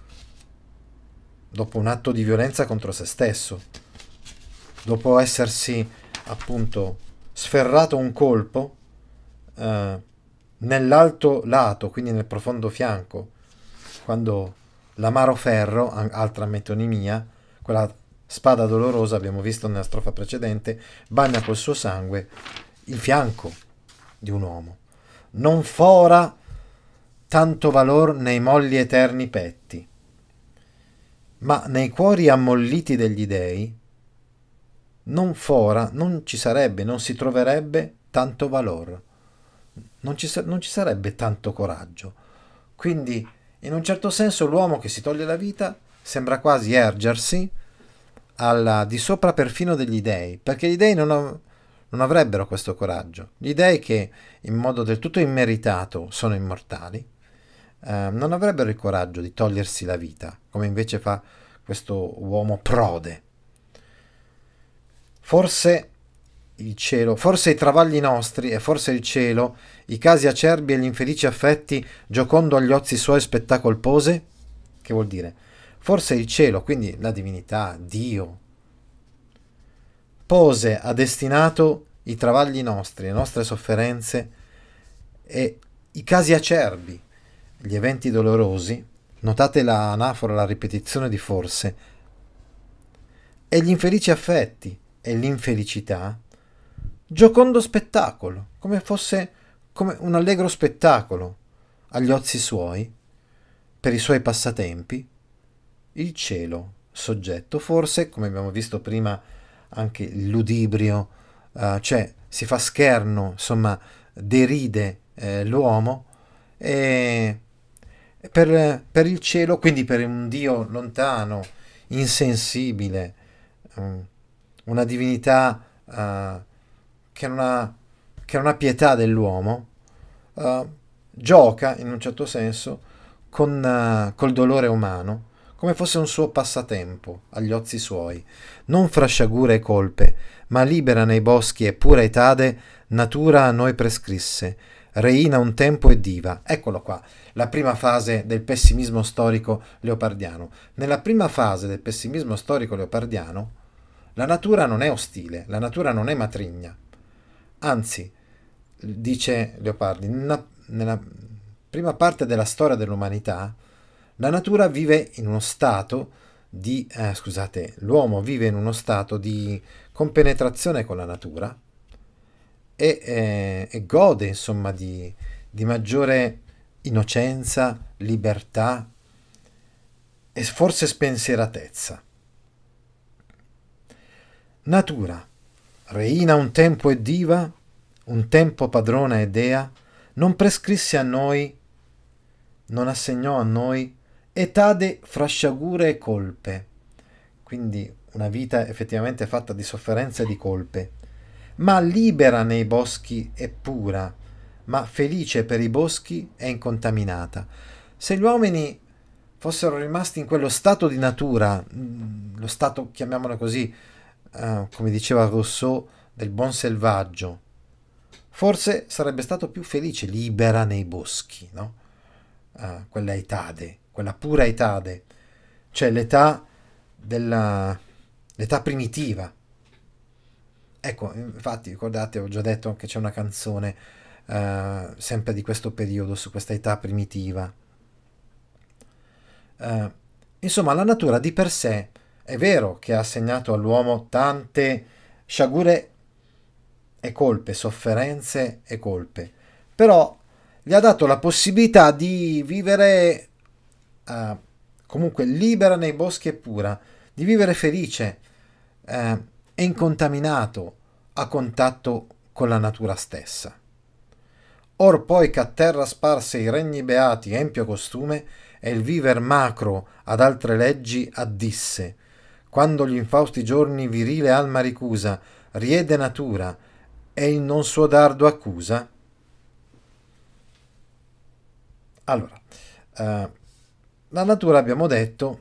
dopo un atto di violenza contro se stesso, dopo essersi appunto sferrato un colpo eh, nell'alto lato, quindi nel profondo fianco, quando l'amaro ferro, altra metonimia, quella spada dolorosa, abbiamo visto nella strofa precedente, bagna col suo sangue il fianco di un uomo. Non fora tanto valor nei molli eterni petti, ma nei cuori ammolliti degli dei non fora, non ci sarebbe, non si troverebbe tanto valor, non ci, non ci sarebbe tanto coraggio. Quindi, in un certo senso, l'uomo che si toglie la vita sembra quasi ergersi alla, di sopra perfino degli dei, perché gli dei non, av- non avrebbero questo coraggio. Gli dei che in modo del tutto immeritato sono immortali, eh, non avrebbero il coraggio di togliersi la vita, come invece fa questo uomo prode. Forse il cielo, forse i travagli nostri e forse il cielo, i casi acerbi e gli infelici affetti, giocondo agli ozi suoi spettacol pose? Che vuol dire? Forse il cielo, quindi la divinità, Dio, pose, ha destinato i travagli nostri, le nostre sofferenze e i casi acerbi, gli eventi dolorosi, notate la anafora, la ripetizione di forse, e gli infelici affetti e l'infelicità, giocondo spettacolo, come fosse come un allegro spettacolo agli ozi suoi, per i suoi passatempi, il cielo, soggetto, forse, come abbiamo visto prima, anche il ludibrio, uh, cioè si fa scherno, insomma, deride eh, l'uomo, e per, per il cielo, quindi per un Dio lontano, insensibile, um, una divinità uh, che, non ha, che non ha pietà dell'uomo, uh, gioca in un certo senso con, uh, col dolore umano, come fosse un suo passatempo agli ozi suoi, non fra sciagure e colpe, ma libera nei boschi e pura etade, natura a noi prescrisse, reina un tempo e diva. Eccolo qua, la prima fase del pessimismo storico leopardiano. Nella prima fase del pessimismo storico leopardiano, la natura non è ostile, la natura non è matrigna. Anzi, dice Leopardi, nella, nella prima parte della storia dell'umanità, la natura vive in uno stato di, eh, scusate, l'uomo vive in uno stato di compenetrazione con la natura e, eh, e gode, insomma, di, di maggiore innocenza, libertà e forse spensieratezza. Natura, reina un tempo e diva, un tempo padrona e dea, non prescrisse a noi, non assegnò a noi etade fra sciagure e colpe, quindi una vita effettivamente fatta di sofferenze e di colpe, ma libera nei boschi e pura, ma felice per i boschi e incontaminata. Se gli uomini fossero rimasti in quello stato di natura, lo stato, chiamiamolo così, eh, come diceva Rousseau, del buon selvaggio, forse sarebbe stato più felice, libera nei boschi, no? Uh, quella etade, quella pura etade, cioè l'età della l'età primitiva, ecco, infatti, ricordate, ho già detto che c'è una canzone eh, sempre di questo periodo, su questa età primitiva. Eh, insomma, la natura di per sé è vero che ha assegnato all'uomo tante sciagure e colpe, sofferenze e colpe, però gli ha dato la possibilità di vivere eh, comunque libera nei boschi e pura, di vivere felice eh, e incontaminato a contatto con la natura stessa. Or poi che a terra sparse i regni beati empio costume e il viver macro ad altre leggi addisse, quando gli infausti giorni virile alma ricusa, riede natura e il non suo dardo accusa? Allora, eh, la natura, abbiamo detto,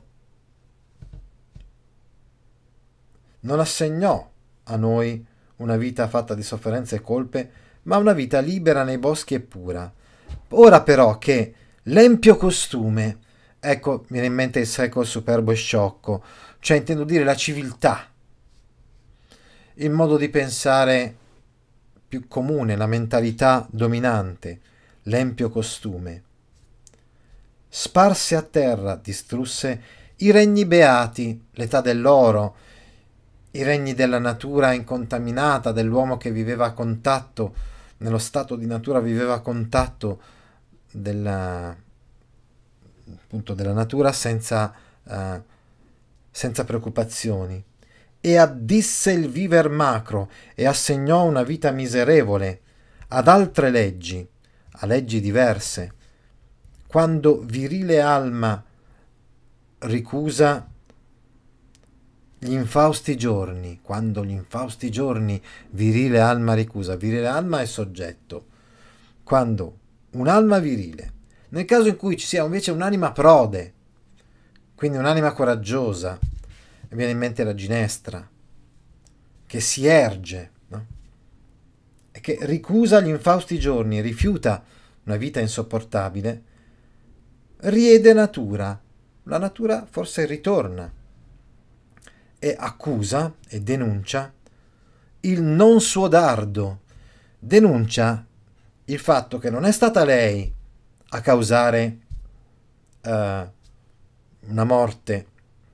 non assegnò a noi una vita fatta di sofferenze e colpe, ma una vita libera nei boschi e pura. Ora però che l'empio costume, ecco, mi viene in mente il secolo superbo e sciocco, cioè intendo dire la civiltà, il modo di pensare più comune, la mentalità dominante, l'empio costume. Sparse a terra, distrusse i regni beati, l'età dell'oro, i regni della natura incontaminata, dell'uomo che viveva a contatto, nello stato di natura viveva a contatto della, appunto, della natura senza, uh, senza preoccupazioni. E addisse il viver macro e assegnò una vita miserevole ad altre leggi, a leggi diverse. Quando virile alma ricusa gli infausti giorni, quando gli infausti giorni virile alma ricusa, virile alma è soggetto, quando un'alma virile, nel caso in cui ci sia invece un'anima prode, quindi un'anima coraggiosa, mi viene in mente la ginestra, che si erge, no? E che ricusa gli infausti giorni, rifiuta una vita insopportabile, riede natura, la natura forse ritorna e accusa e denuncia il non suo dardo, denuncia il fatto che non è stata lei a causare uh, una morte.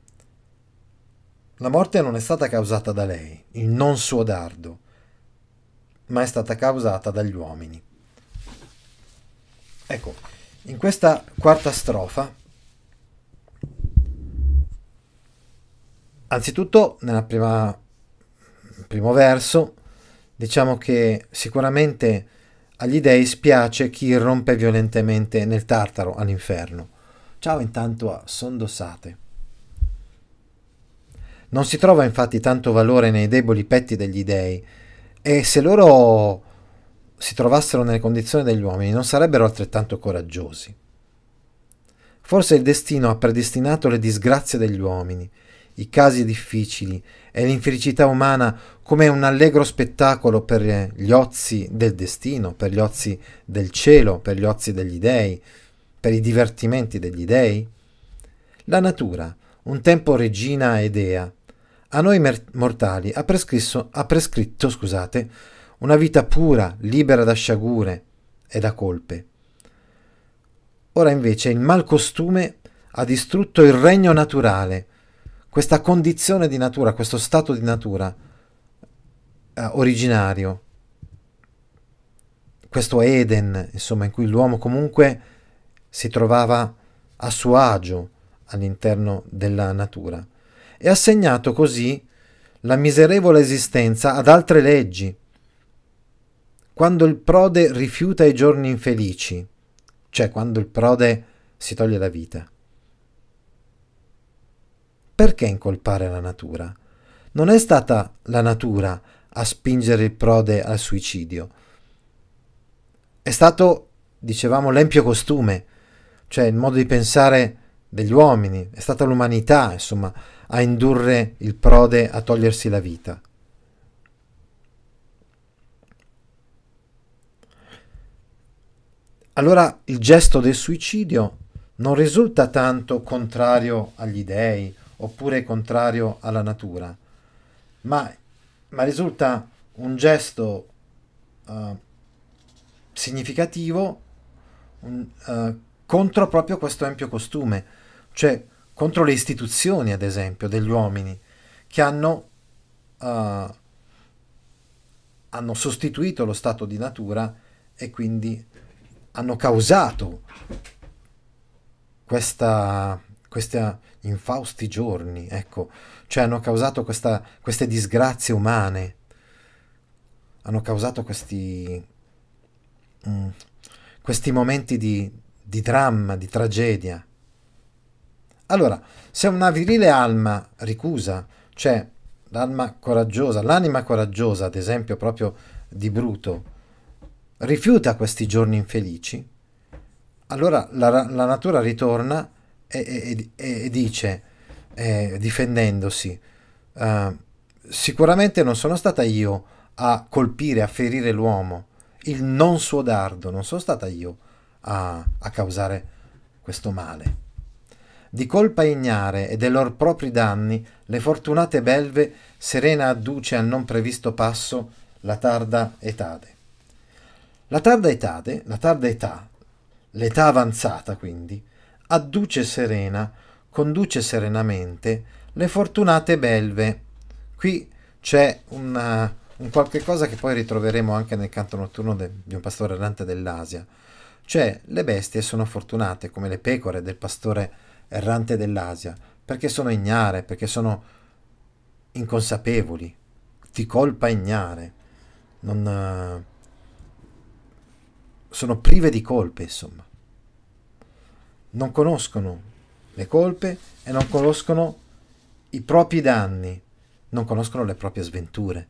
La morte non è stata causata da lei, il non suo dardo, ma è stata causata dagli uomini. Ecco, in questa quarta strofa, anzitutto nella prima primo verso, diciamo che sicuramente agli dei spiace chi irrompe violentemente nel Tartaro, all'inferno. Ciao intanto a Sondosate. Non si trova infatti tanto valore nei deboli petti degli dei, e se loro si trovassero nelle condizioni degli uomini non sarebbero altrettanto coraggiosi. Forse il destino ha predestinato le disgrazie degli uomini, i casi difficili e l'infelicità umana come un allegro spettacolo per gli ozi del destino, per gli ozi del cielo, per gli ozi degli dei, per i divertimenti degli dei? La natura, un tempo regina e dea, a noi mortali ha prescritto, ha prescritto scusate, una vita pura, libera da sciagure e da colpe. Ora invece il malcostume ha distrutto il regno naturale, questa condizione di natura, questo stato di natura eh, originario, questo Eden, insomma, in cui l'uomo comunque si trovava a suo agio all'interno della natura, e ha assegnato così la miserevole esistenza ad altre leggi. Quando il prode rifiuta i giorni infelici, cioè quando il prode si toglie la vita, perché incolpare la natura? Non è stata la natura a spingere il prode al suicidio. È stato, dicevamo, l'empio costume, cioè il modo di pensare degli uomini, è stata l'umanità, insomma, a indurre il prode a togliersi la vita. Allora il gesto del suicidio non risulta tanto contrario agli dei oppure contrario alla natura, ma, ma risulta un gesto uh, significativo un, uh, contro proprio questo empio costume, cioè contro le istituzioni, ad esempio, degli uomini che hanno, uh, hanno sostituito lo stato di natura e quindi hanno causato questa, questi infausti giorni, ecco, cioè hanno causato questa, queste disgrazie umane, hanno causato questi, mm, questi momenti di, di dramma, di tragedia. Allora, se una virile alma ricusa, cioè l'alma coraggiosa, l'anima coraggiosa, ad esempio proprio di Bruto, rifiuta questi giorni infelici, allora la, la natura ritorna e, e, e, e dice, eh, difendendosi, eh, sicuramente non sono stata io a colpire, a ferire l'uomo, il non suo dardo, non sono stata io a, a causare questo male. Di colpa ignare e dei lor propri danni, le fortunate belve serena adduce al non previsto passo la tarda etade. La tarda etade, la tarda età, l'età avanzata quindi, adduce serena, conduce serenamente le fortunate belve. Qui c'è una, un qualche cosa che poi ritroveremo anche nel canto notturno de, di un pastore errante dell'Asia. Cioè, le bestie sono fortunate come le pecore del pastore errante dell'Asia, perché sono ignare, perché sono inconsapevoli, di colpa ignare, non, sono prive di colpe, insomma. Non conoscono le colpe e non conoscono i propri danni, non conoscono le proprie sventure.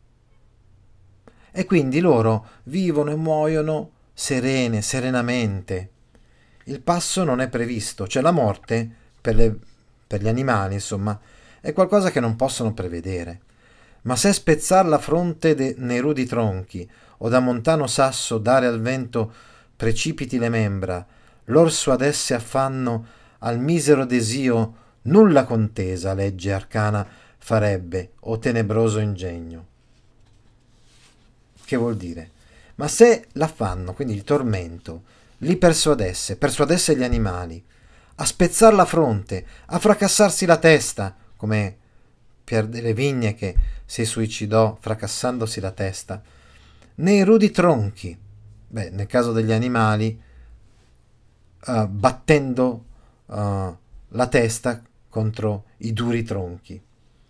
E quindi loro vivono e muoiono serene, serenamente. Il passo non è previsto, cioè la morte per, le, per gli animali, insomma, è qualcosa che non possono prevedere. Ma se spezzar la fronte de, nei rudi tronchi o da montano sasso dare al vento precipiti le membra, l'orso ad esse affanno al misero desio nulla contesa legge arcana farebbe o tenebroso ingegno. Che vuol dire? Ma se l'affanno, quindi il tormento, li persuadesse, persuadesse gli animali, a spezzar la fronte, a fracassarsi la testa, come Pier delle Vigne che si suicidò fracassandosi la testa, nei rudi tronchi, beh, nel caso degli animali, uh, battendo uh, la testa contro i duri tronchi,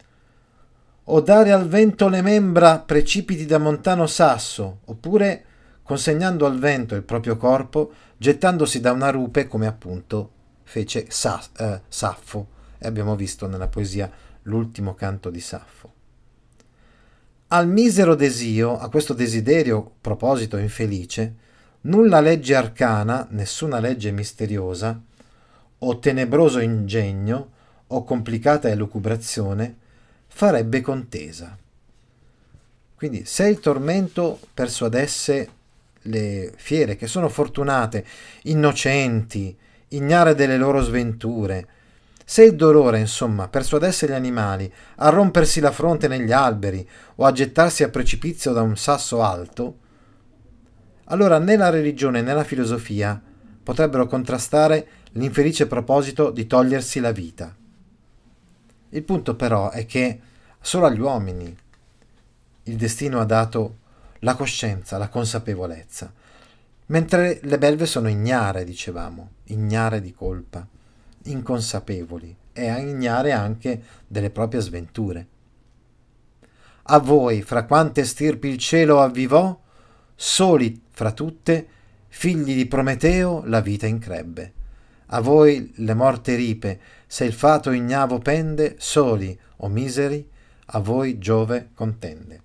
o dare al vento le membra precipiti da montano sasso, oppure consegnando al vento il proprio corpo, gettandosi da una rupe come appunto fece Sa- eh, Saffo, e abbiamo visto nella poesia L'ultimo canto di Saffo. Al misero desio, a questo desiderio proposito infelice, nulla legge arcana, nessuna legge misteriosa, o tenebroso ingegno, o complicata elucubrazione, farebbe contesa. Quindi se il tormento persuadesse le fiere che sono fortunate, innocenti, ignare delle loro sventure, se il dolore, insomma, persuadesse gli animali a rompersi la fronte negli alberi o a gettarsi a precipizio da un sasso alto, allora né la religione né la filosofia potrebbero contrastare l'infelice proposito di togliersi la vita. Il punto però è che solo agli uomini il destino ha dato la coscienza, la consapevolezza, mentre le belve sono ignare, dicevamo, ignare di colpa, inconsapevoli e ignare anche delle proprie sventure. A voi, fra quante stirpi il cielo avvivò, soli fra tutte, figli di Prometeo, la vita increbbe. A voi le morte ripe, se il fato ignavo pende, soli o miseri, a voi Giove contende.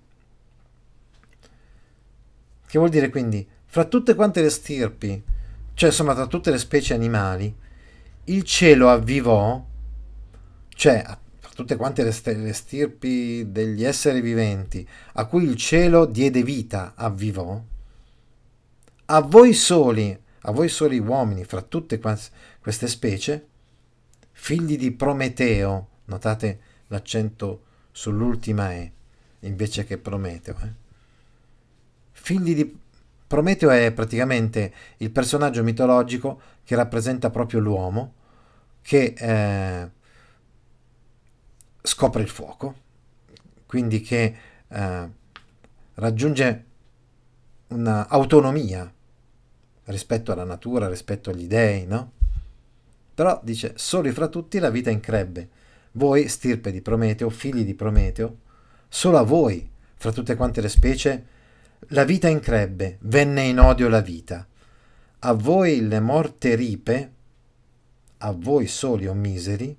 Che vuol dire quindi, fra tutte quante le stirpi, cioè insomma tra tutte le specie animali, il cielo avvivò, cioè fra tutte quante le, st- le stirpi degli esseri viventi, a cui il cielo diede vita, avvivò, a voi soli, a voi soli uomini, fra tutte queste specie, figli di Prometeo, notate l'accento sull'ultima E, invece che Prometeo. Eh? Figli di Prometeo è praticamente il personaggio mitologico che rappresenta proprio l'uomo che eh, scopre il fuoco, quindi che eh, raggiunge un'autonomia rispetto alla natura, rispetto agli dei, no? Però dice, soli fra tutti la vita increbbe. Voi, stirpe di Prometeo, figli di Prometeo, solo a voi, fra tutte quante le specie, la vita increbbe, venne in odio la vita. A voi le morte ripe, a voi soli o miseri,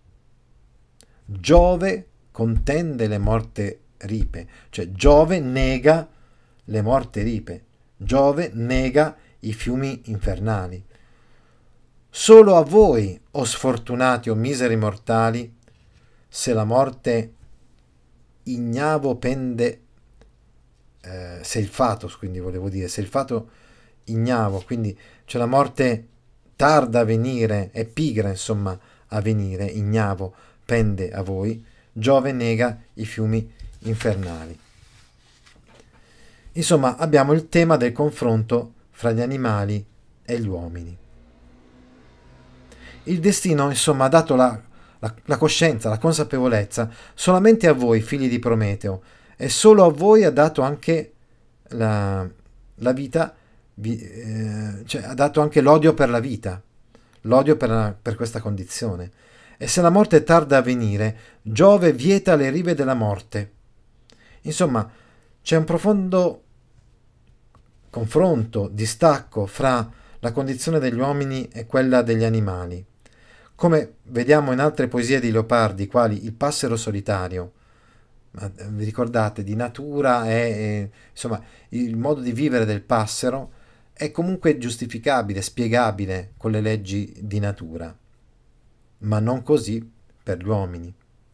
Giove contende le morte ripe, cioè Giove nega le morte ripe, Giove nega i fiumi infernali. Solo a voi, o sfortunati o miseri mortali, se la morte ignavo pende, eh, se il fato, quindi volevo dire, se il fato ignavo, quindi cioè la morte tarda a venire, è pigra insomma a venire, ignavo pende a voi, Giove nega i fiumi infernali. Insomma, abbiamo il tema del confronto fra gli animali e gli uomini. Il destino, insomma, ha dato la, la, la coscienza, la consapevolezza solamente a voi, figli di Prometeo, e solo a voi ha dato anche la, la vita, eh, cioè ha dato anche l'odio per la vita, l'odio per, la, per questa condizione. E se la morte tarda a venire, Giove vieta le rive della morte. Insomma, c'è un profondo confronto, distacco fra la condizione degli uomini e quella degli animali. Come vediamo in altre poesie di Leopardi, quali Il passero solitario, vi ricordate, di natura e, insomma, il modo di vivere del passero è comunque giustificabile, spiegabile con le leggi di natura, ma non così per gli uomini.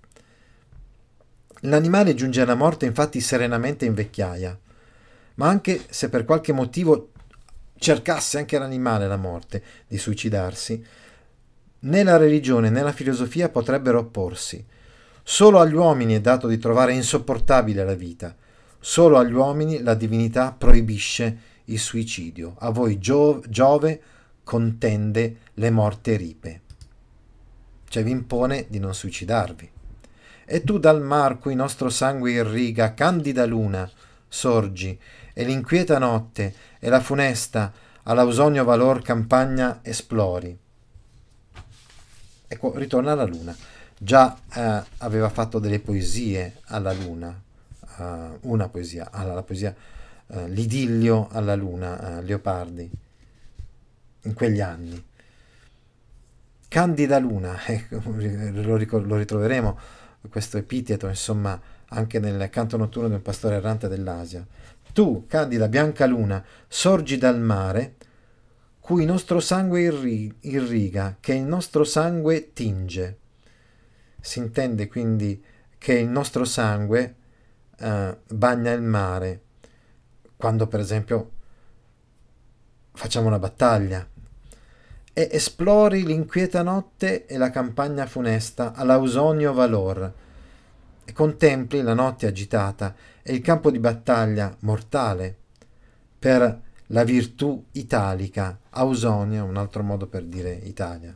L'animale giunge alla morte infatti serenamente in vecchiaia, ma anche se per qualche motivo cercasse anche l'animale la morte, di suicidarsi, né la religione né la filosofia potrebbero opporsi. Solo agli uomini è dato di trovare insopportabile la vita. Solo agli uomini la divinità proibisce il suicidio. A voi Gio- Giove contende le morte ripe. Cioè vi impone di non suicidarvi. E tu dal mar cui nostro sangue irriga, candida luna, sorgi, e l'inquieta notte e la funesta all'ausonio valor campagna esplori. Ecco, ritorna alla luna. Già eh, aveva fatto delle poesie alla luna, uh, una poesia, alla la poesia uh, L'idillio alla luna, uh, Leopardi, in quegli anni. Candida luna, ecco, lo, ricor- lo ritroveremo, questo epiteto, insomma, anche nel canto notturno di un pastore errante dell'Asia. Tu, candida bianca luna, sorgi dal mare, cui nostro sangue irri- irriga, che il nostro sangue tinge. Si intende quindi che il nostro sangue eh, bagna il mare, quando per esempio facciamo una battaglia, e esplori l'inquieta notte e la campagna funesta all'ausonio valor, e contempli la notte agitata e il campo di battaglia mortale per la virtù italica. Ausonio, un altro modo per dire Italia.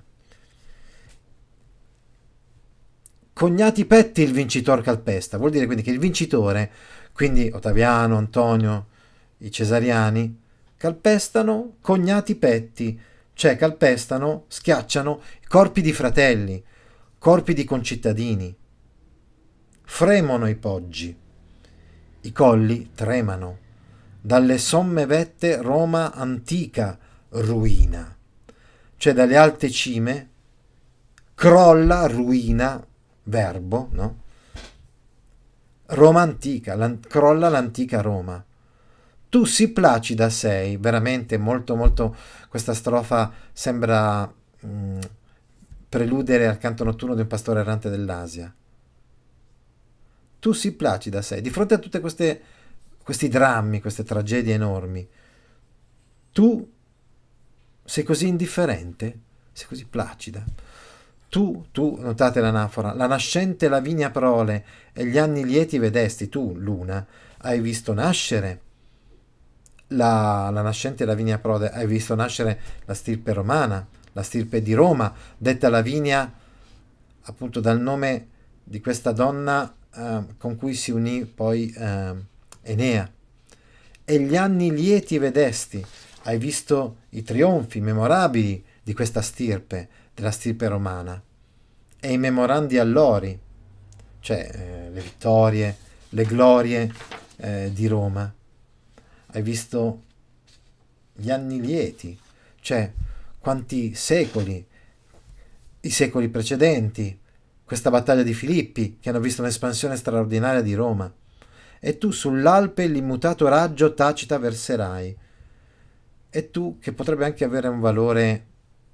Cognati petti il vincitor calpesta, vuol dire quindi che il vincitore, quindi Ottaviano, Antonio, i cesariani, calpestano cognati petti, cioè calpestano, schiacciano corpi di fratelli, corpi di concittadini. Fremono i poggi, i colli tremano, dalle somme vette Roma antica ruina, cioè dalle alte cime crolla, ruina, verbo, no? Roma antica, l'an- crolla l'antica Roma. Tu sì placida sei, veramente molto molto, questa strofa sembra mh, preludere al canto notturno di un pastore errante dell'Asia. Tu sì placida sei, di fronte a tutte queste questi drammi, queste tragedie enormi, tu sei così indifferente, sei così placida. Tu, tu, notate l'anafora, la nascente Lavinia prole e gli anni lieti vedesti, tu, luna, hai visto nascere la, la nascente Lavinia prole, hai visto nascere la stirpe romana, la stirpe di Roma, detta Lavinia appunto dal nome di questa donna eh, con cui si unì poi eh, Enea. E gli anni lieti vedesti, hai visto i trionfi memorabili di questa stirpe, della stirpe romana, e i memorandi allori, cioè eh, le vittorie, le glorie eh, di Roma. Hai visto gli anni lieti, cioè quanti secoli, i secoli precedenti, questa battaglia di Filippi, che hanno visto un'espansione straordinaria di Roma. E tu sull'Alpe l'immutato raggio tacita verserai. E tu, che potrebbe anche avere un valore,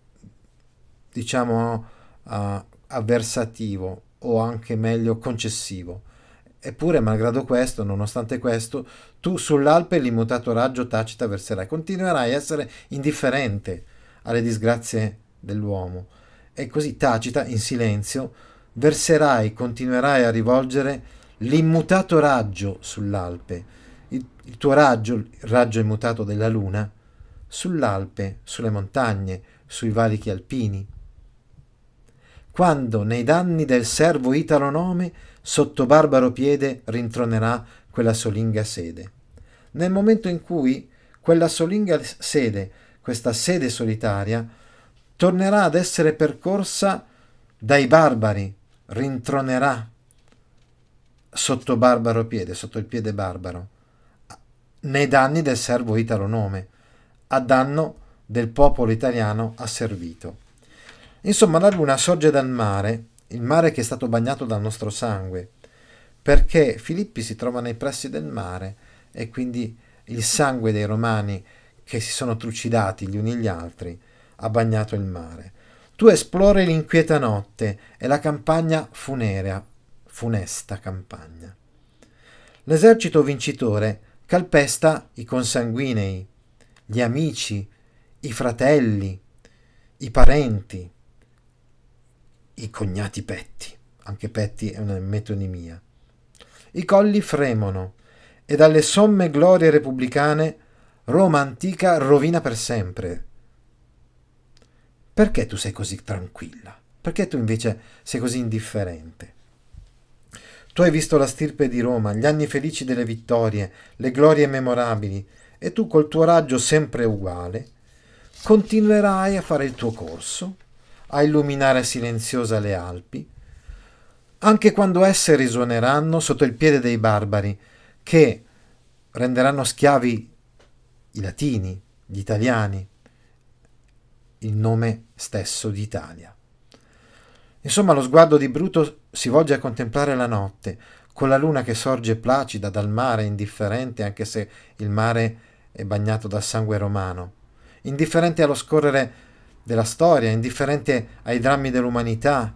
diciamo, uh, avversativo o anche meglio concessivo. Eppure, malgrado questo, nonostante questo, tu sull'Alpe l'immutato raggio tacita verserai. Continuerai a essere indifferente alle disgrazie dell'uomo. E così tacita, in silenzio, verserai, continuerai a rivolgere l'immutato raggio sull'Alpe, il, il tuo raggio, il raggio immutato della luna, sull'Alpe, sulle montagne, sui valichi alpini. Quando nei danni del servo italo nome sotto barbaro piede rintronerà quella solinga sede. Nel momento in cui quella solinga sede, questa sede solitaria, tornerà ad essere percorsa dai barbari, rintronerà sotto barbaro piede, sotto il piede barbaro, nei danni del servo italo nome, a danno del popolo italiano asservito. Insomma, la luna sorge dal mare, il mare che è stato bagnato dal nostro sangue, perché Filippi si trova nei pressi del mare e quindi il sangue dei romani che si sono trucidati gli uni gli altri ha bagnato il mare. Tu esplori l'inquieta notte e la campagna funerea, funesta campagna. L'esercito vincitore calpesta i consanguinei, gli amici, i fratelli, i parenti, i cognati petti, anche petti è una metonimia. I colli fremono e dalle somme glorie repubblicane Roma antica rovina per sempre. Perché tu sei così tranquilla? Perché tu invece sei così indifferente? Tu hai visto la stirpe di Roma, gli anni felici delle vittorie, le glorie memorabili, e tu col tuo raggio sempre uguale continuerai a fare il tuo corso, a illuminare silenziosa le Alpi, anche quando esse risuoneranno sotto il piede dei barbari, che renderanno schiavi i latini, gli italiani, il nome stesso d'Italia. Insomma, lo sguardo di Bruto si volge a contemplare la notte, con la luna che sorge placida dal mare, indifferente, anche se il mare è bagnato dal sangue romano, indifferente allo scorrere della storia, indifferente ai drammi dell'umanità,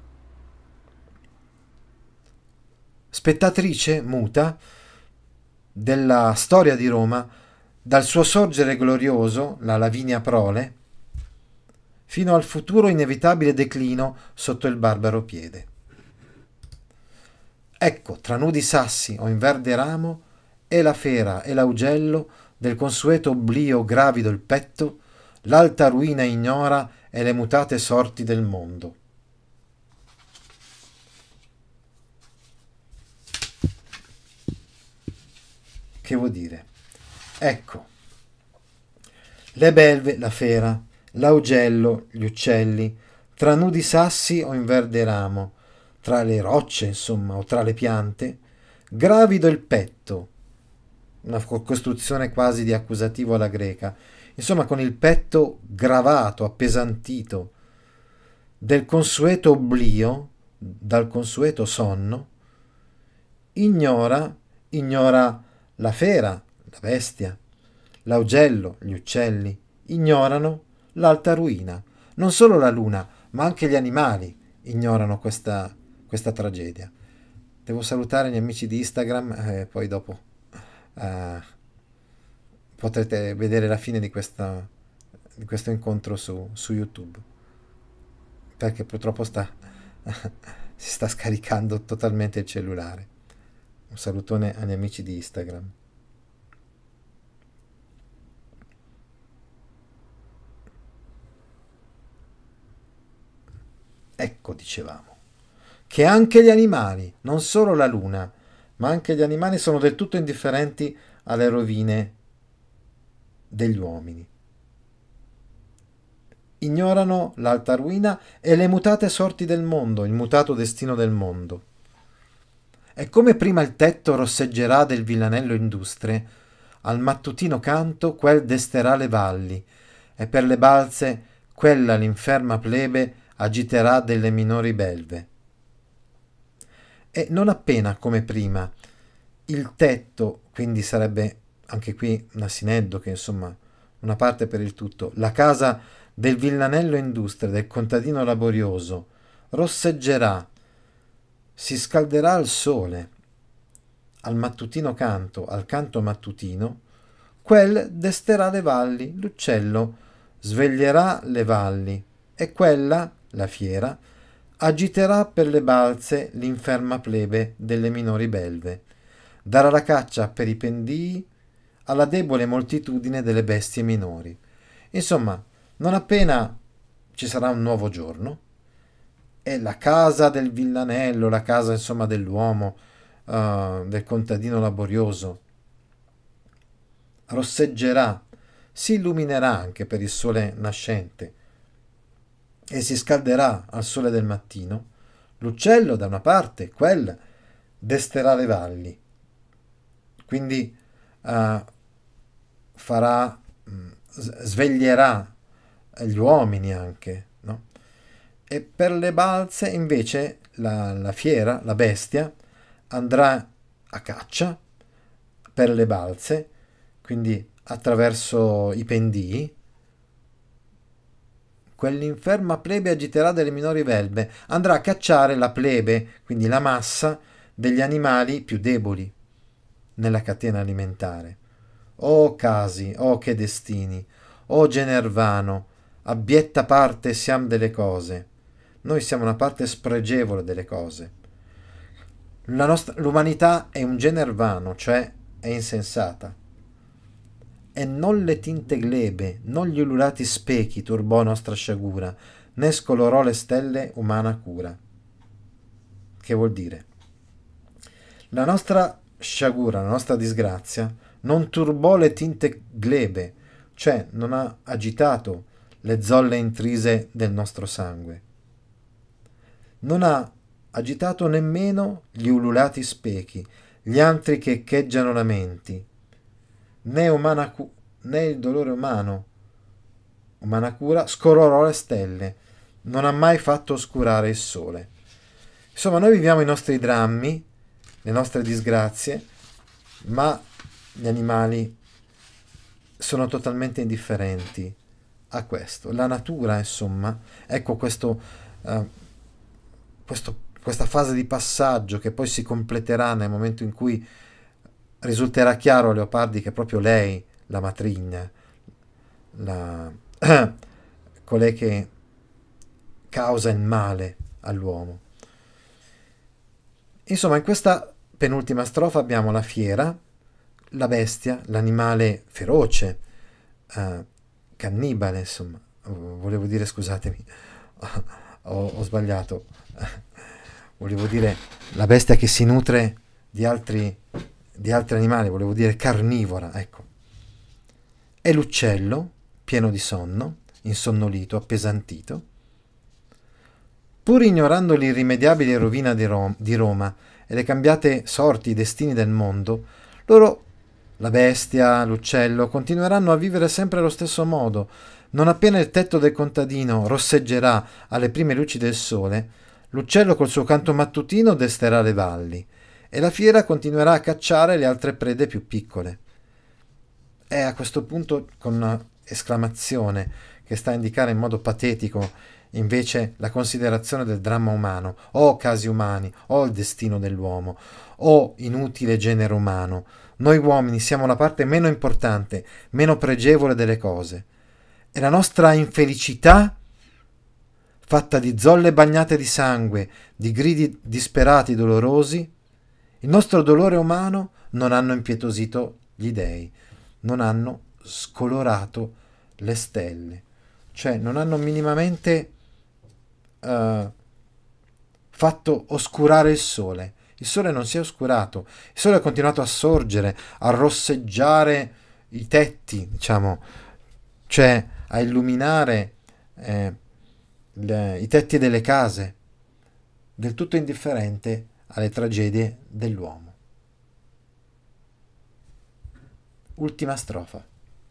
spettatrice muta della storia di Roma, dal suo sorgere glorioso, la Lavinia prole, fino al futuro inevitabile declino sotto il barbaro piede. Ecco, tra nudi sassi o in verde ramo, e la fera e l'augello, del consueto oblio gravido il petto, l'alta ruina ignora e le mutate sorti del mondo. Che vuol dire? Ecco, le belve, la fera, l'augello, gli uccelli, tra nudi sassi o in verde ramo, tra le rocce, insomma, o tra le piante, gravido il petto, una costruzione quasi di accusativo alla greca, insomma con il petto gravato, appesantito, del consueto oblio, dal consueto sonno, ignora, ignora la fera, la bestia, l'augello, gli uccelli, ignorano l'alta ruina. Non solo la luna, ma anche gli animali ignorano questa, questa tragedia. Devo salutare gli amici di Instagram e poi dopo eh, potrete vedere la fine di, questa, di questo incontro su, su YouTube, perché purtroppo sta si sta scaricando totalmente il cellulare. Un salutone agli amici di Instagram. Ecco, dicevamo, che anche gli animali, non solo la luna, ma anche gli animali sono del tutto indifferenti alle rovine degli uomini. Ignorano l'alta ruina e le mutate sorti del mondo, il mutato destino del mondo. E come prima il tetto rosseggerà del villanello industre, al mattutino canto quel desterà le valli, e per le balze quella l'inferma plebe agiterà delle minori belve. E non appena come prima il tetto, quindi sarebbe anche qui un asineddo che insomma una parte per il tutto, la casa del villanello industre, del contadino laborioso, rosseggerà, si scalderà al sole, al mattutino canto, al canto mattutino, quel desterà le valli, l'uccello sveglierà le valli, e quella, la fiera, agiterà per le balze l'inferma plebe delle minori belve, darà la caccia per i pendii alla debole moltitudine delle bestie minori. Insomma, non appena ci sarà un nuovo giorno, e la casa del villanello, la casa insomma dell'uomo, uh, del contadino laborioso, rosseggerà, si illuminerà anche per il sole nascente e si scalderà al sole del mattino. L'uccello da una parte, quel desterà le valli, quindi uh, farà, mh, sveglierà gli uomini anche, no? E per le balze invece la, la fiera, la bestia, andrà a caccia per le balze, quindi attraverso i pendii. Quell'inferma plebe agiterà delle minori belve, andrà a cacciare la plebe, quindi la massa degli animali più deboli nella catena alimentare. Oh casi, oh che destini, oh genervano, abbietta parte siam delle cose. Noi siamo una parte spregevole delle cose. La nostra, l'umanità è un genervano, cioè è insensata. E non le tinte glebe, non gli ululati spechi turbò nostra sciagura, né scolorò le stelle umana cura. Che vuol dire? La nostra sciagura, la nostra disgrazia, non turbò le tinte glebe, cioè non ha agitato le zolle intrise del nostro sangue. Non ha agitato nemmeno gli ululati spechi, gli antri che echeggiano lamenti, né, umana cu- né il dolore umano, umana cura, scolorò le stelle, non ha mai fatto oscurare il sole. Insomma, noi viviamo i nostri drammi, le nostre disgrazie, ma gli animali sono totalmente indifferenti a questo. La natura, insomma, ecco questo, uh, questo, questa fase di passaggio che poi si completerà nel momento in cui risulterà chiaro a Leopardi che è proprio lei, la matrigna, la, colei che causa il male all'uomo. Insomma, in questa penultima strofa abbiamo la fiera, la bestia, l'animale feroce, eh, cannibale, insomma, volevo dire, scusatemi, ho, ho sbagliato, volevo dire la bestia che si nutre di altri, di altri animali, volevo dire carnivora, ecco. E l'uccello, pieno di sonno, insonnolito, appesantito, pur ignorando l'irrimediabile rovina di, Rom- di Roma e le cambiate sorti, i destini del mondo, loro, la bestia, l'uccello, continueranno a vivere sempre allo stesso modo. Non appena il tetto del contadino rosseggerà alle prime luci del sole, l'uccello col suo canto mattutino desterà le valli e la fiera continuerà a cacciare le altre prede più piccole. È a questo punto con una esclamazione che sta a indicare in modo patetico invece la considerazione del dramma umano. Oh casi umani, oh il destino dell'uomo, oh inutile genere umano. Noi uomini siamo la parte meno importante, meno pregevole delle cose. E la nostra infelicità fatta di zolle bagnate di sangue, di gridi disperati dolorosi, il nostro dolore umano non hanno impietosito gli dei, non hanno scolorato le stelle, cioè non hanno minimamente uh, fatto oscurare il sole. Il sole non si è oscurato, il sole ha continuato a sorgere, a rosseggiare i tetti, diciamo, cioè a illuminare eh, le, i tetti delle case, del tutto indifferente alle tragedie dell'uomo. Ultima strofa.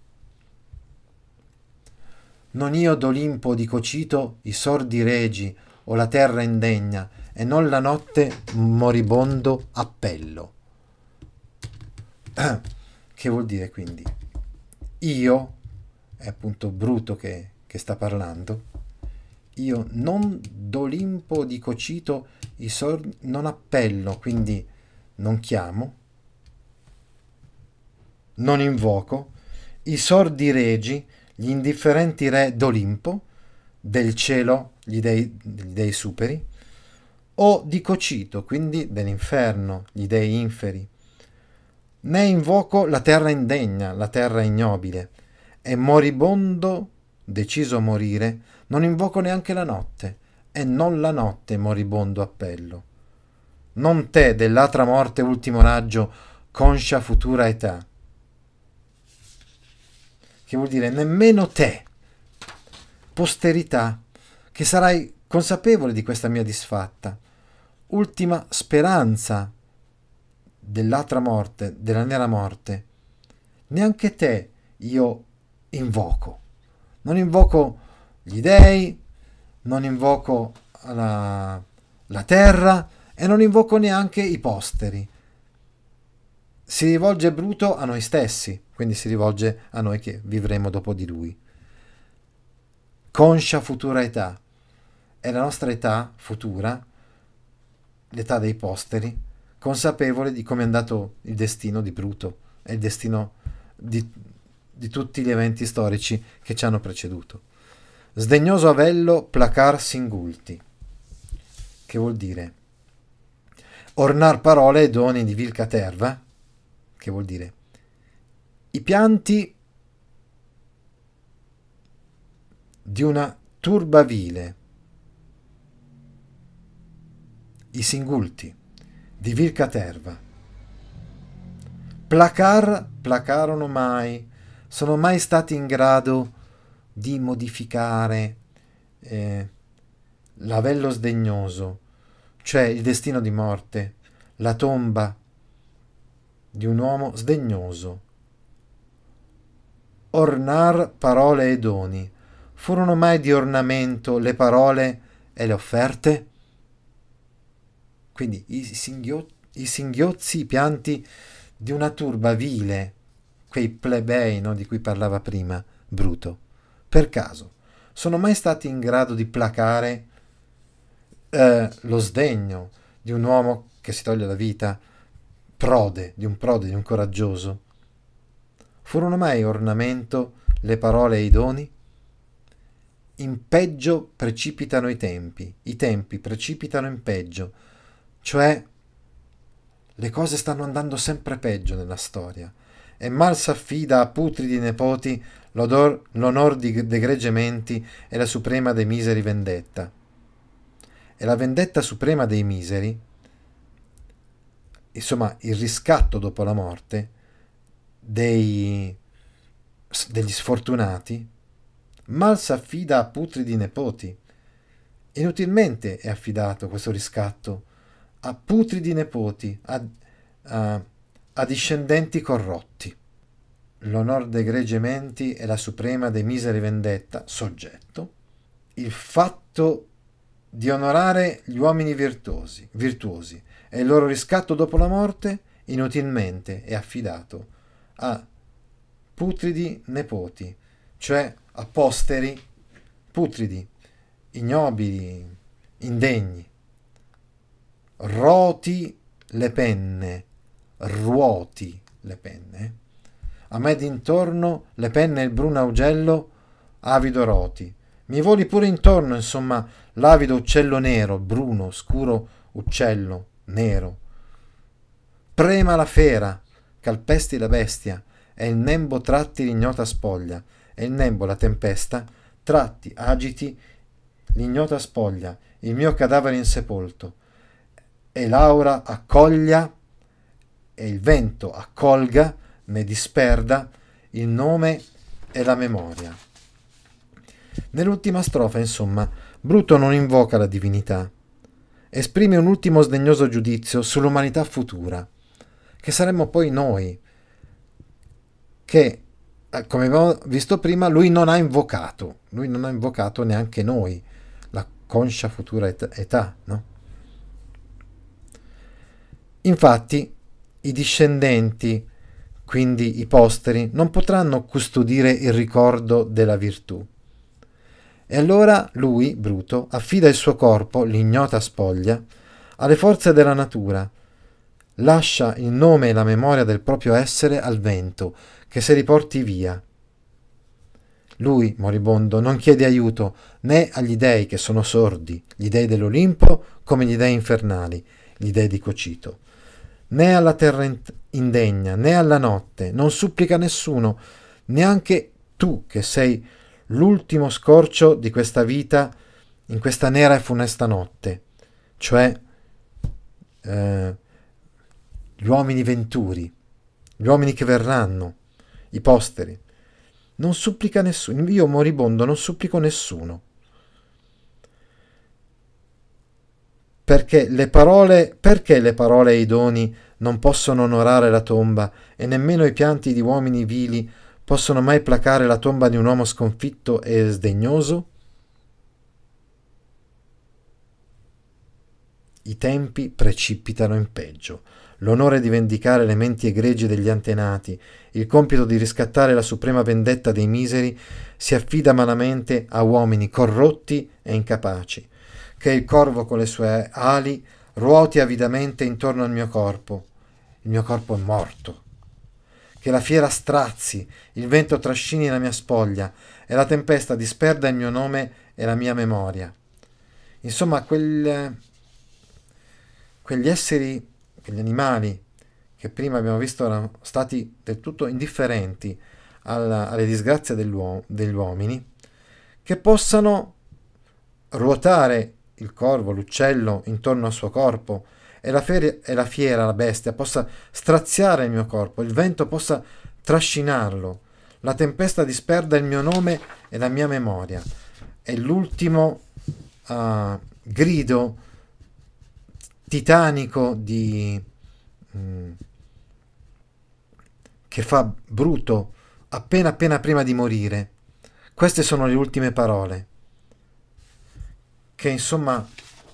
Non io d'Olimpo di Cocito i sordi regi o la terra indegna, e non la notte moribondo appello. Che vuol dire quindi? Io, è appunto Bruto che, che sta parlando, io non d'Olimpo di Cocito i sordi, non appello, quindi non chiamo, non invoco, i sordi regi, gli indifferenti re d'Olimpo, del cielo, gli dei, gli dei superi, o di Cocito, quindi dell'inferno, gli dei inferi. Ne invoco la terra indegna, la terra ignobile, e moribondo, deciso a morire, non invoco neanche la notte, e non la notte moribondo appello. Non te dell'altra morte ultimo raggio, conscia futura età. Che vuol dire nemmeno te, posterità, che sarai consapevole di questa mia disfatta, ultima speranza dell'altra morte, della nera morte, neanche te io invoco. Non invoco gli dei, non invoco la, la terra e non invoco neanche i posteri. Si rivolge Bruto a noi stessi, quindi si rivolge a noi che vivremo dopo di lui. Conscia futura età. È la nostra età futura, l'età dei posteri, consapevole di come è andato il destino di Bruto e il destino di, di tutti gli eventi storici che ci hanno preceduto. Sdegnoso avello placar singulti, che vuol dire ornar parole e doni di vil caterva, che vuol dire i pianti di una turba vile, i singulti di vil caterva. Placar, placarono mai, sono mai stati in grado di modificare eh, l'avello sdegnoso, cioè il destino di morte, la tomba di un uomo sdegnoso. Ornar parole e doni, furono mai di ornamento le parole e le offerte? Quindi i, singhio- i singhiozzi, i pianti di una turba vile, quei plebei, no, di cui parlava prima Bruto, per caso, sono mai stati in grado di placare eh, lo sdegno di un uomo che si toglie la vita, prode, di un prode, di un coraggioso? Furono mai ornamento le parole e i doni? In peggio precipitano i tempi, i tempi precipitano in peggio, cioè le cose stanno andando sempre peggio nella storia, e mal s'affida a putridi nepoti l'odor, l'onor di degreggementi e la suprema dei miseri vendetta. E la vendetta suprema dei miseri, insomma il riscatto dopo la morte dei, degli sfortunati, mal s'affida a putridi nepoti. Inutilmente è affidato questo riscatto a putridi nepoti, a, a, a discendenti corrotti. L'onor dei greggementi e la suprema dei miseri vendetta, soggetto, il fatto di onorare gli uomini virtuosi, virtuosi e il loro riscatto dopo la morte, inutilmente è affidato a putridi nepoti, cioè a posteri putridi, ignobili, indegni. Roti le penne, ruoti le penne. A me d'intorno le penne e il bruno augello avido roti, Mi voli pure intorno, insomma, l'avido uccello nero, bruno, scuro uccello nero. Prema la fera, calpesti la bestia, e il nembo tratti l'ignota spoglia, e il nembo, la tempesta, tratti, agiti l'ignota spoglia, il mio cadavere insepolto, e l'aura accoglia, e il vento accolga, ne disperda il nome e la memoria. Nell'ultima strofa, insomma, Bruto non invoca la divinità, esprime un ultimo sdegnoso giudizio sull'umanità futura, che saremmo poi noi, che, come abbiamo visto prima, lui non ha invocato, lui non ha invocato neanche noi, la conscia futura et- età, no? Infatti, i discendenti, quindi i posteri, non potranno custodire il ricordo della virtù. E allora lui, Bruto, affida il suo corpo, l'ignota spoglia, alle forze della natura, lascia il nome e la memoria del proprio essere al vento, che se li porti via. Lui, moribondo, non chiede aiuto né agli dei che sono sordi, gli dei dell'Olimpo come gli dei infernali, gli dei di Cocito, né alla terra indegna, né alla notte, non supplica nessuno, neanche tu che sei l'ultimo scorcio di questa vita in questa nera e funesta notte, cioè eh, gli uomini venturi, gli uomini che verranno, i posteri. Non supplica nessuno, io moribondo non supplico nessuno. Perché le parole, perché le parole e i doni non possono onorare la tomba e nemmeno i pianti di uomini vili possono mai placare la tomba di un uomo sconfitto e sdegnoso? I tempi precipitano in peggio. L'onore di vendicare le menti egregi degli antenati, il compito di riscattare la suprema vendetta dei miseri, si affida malamente a uomini corrotti e incapaci. Che il corvo con le sue ali ruoti avidamente intorno al mio corpo. Il mio corpo è morto. Che la fiera strazzi, il vento trascini la mia spoglia e la tempesta disperda il mio nome e la mia memoria. Insomma, quel, quegli esseri, quegli animali che prima abbiamo visto erano stati del tutto indifferenti alla, alle disgrazie dell'uomo, degli uomini, che possano ruotare il corvo, l'uccello intorno al suo corpo e la, feria, e la fiera, la bestia, possa straziare il mio corpo, il vento possa trascinarlo, la tempesta disperda il mio nome e la mia memoria. È l'ultimo uh, grido titanico di, mm, che fa Bruto appena appena prima di morire. Queste sono le ultime parole. Che insomma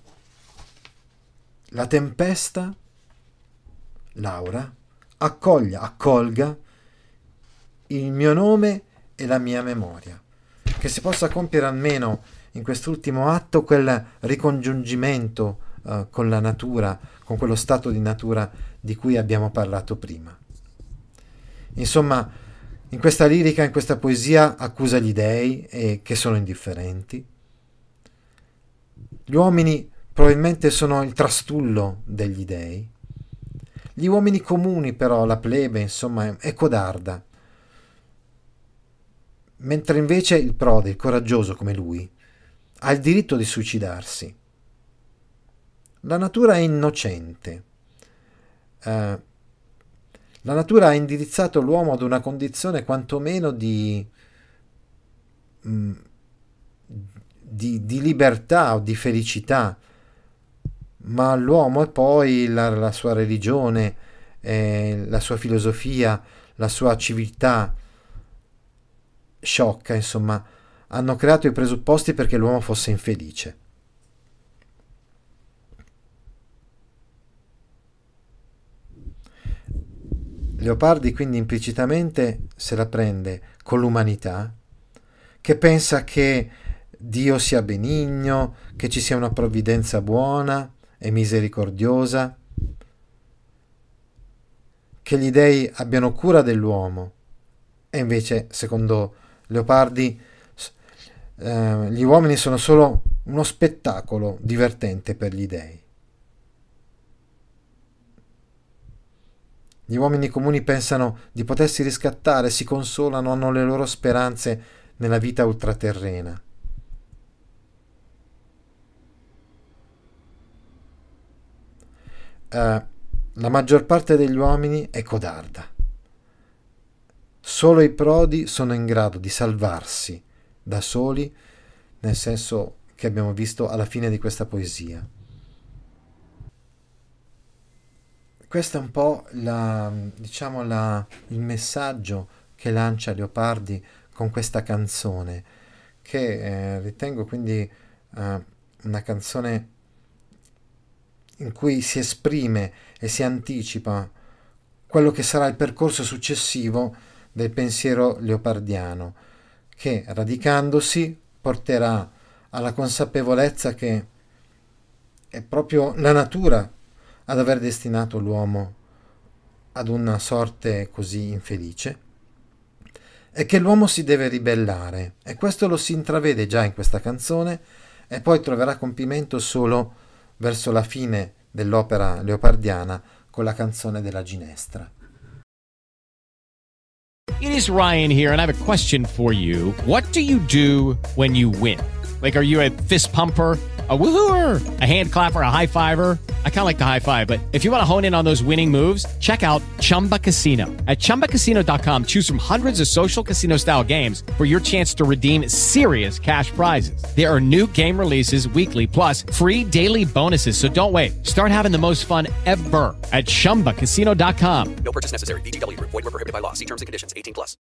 la tempesta, Laura, accoglia, accolga il mio nome e la mia memoria, che si possa compiere almeno in quest'ultimo atto quel ricongiungimento uh, con la natura, con quello stato di natura di cui abbiamo parlato prima. Insomma, in questa lirica, in questa poesia accusa gli dei eh, che sono indifferenti. Gli uomini probabilmente sono il trastullo degli dei. Gli uomini comuni però, la plebe, insomma, è codarda. Mentre invece il prode, il coraggioso come lui, ha il diritto di suicidarsi. La natura è innocente. Uh, la natura ha indirizzato l'uomo ad una condizione quantomeno di... Mm, Di, di libertà o di felicità, ma l'uomo e poi la, la sua religione, eh, la sua filosofia, la sua civiltà sciocca, insomma, hanno creato i presupposti perché l'uomo fosse infelice. Leopardi quindi implicitamente se la prende con l'umanità, che pensa che Dio sia benigno, che ci sia una provvidenza buona e misericordiosa, che gli dei abbiano cura dell'uomo. E invece, secondo Leopardi, eh, gli uomini sono solo uno spettacolo divertente per gli dei. Gli uomini comuni pensano di potersi riscattare, si consolano, hanno le loro speranze nella vita ultraterrena. Uh, la maggior parte degli uomini è codarda. Solo i prodi sono in grado di salvarsi da soli, nel senso che abbiamo visto alla fine di questa poesia. Questo è un po' la, diciamo la, il messaggio che lancia Leopardi con questa canzone, che eh, ritengo quindi eh, una canzone in cui si esprime e si anticipa quello che sarà il percorso successivo del pensiero leopardiano, che radicandosi porterà alla consapevolezza che è proprio la natura ad aver destinato l'uomo ad una sorte così infelice e che l'uomo si deve ribellare, e questo lo si intravede già in questa canzone e poi troverà compimento solo verso la fine dell'opera leopardiana con la canzone della Ginestra. It is Ryan here, and I have a question for you. What do you do when you win? Like, are you a fist pumper, a woohooer, a hand clapper, a high fiver? I kind of like the high five, but if you want to hone in on those winning moves, check out Chumba Casino. At chumba casino dot com, choose from hundreds of social casino style games for your chance to redeem serious cash prizes. There are new game releases weekly, plus free daily bonuses. So don't wait. Start having the most fun ever at chumba casino dot com. No purchase necessary. V G W. Void where prohibited by law. See terms and conditions. eighteen plus.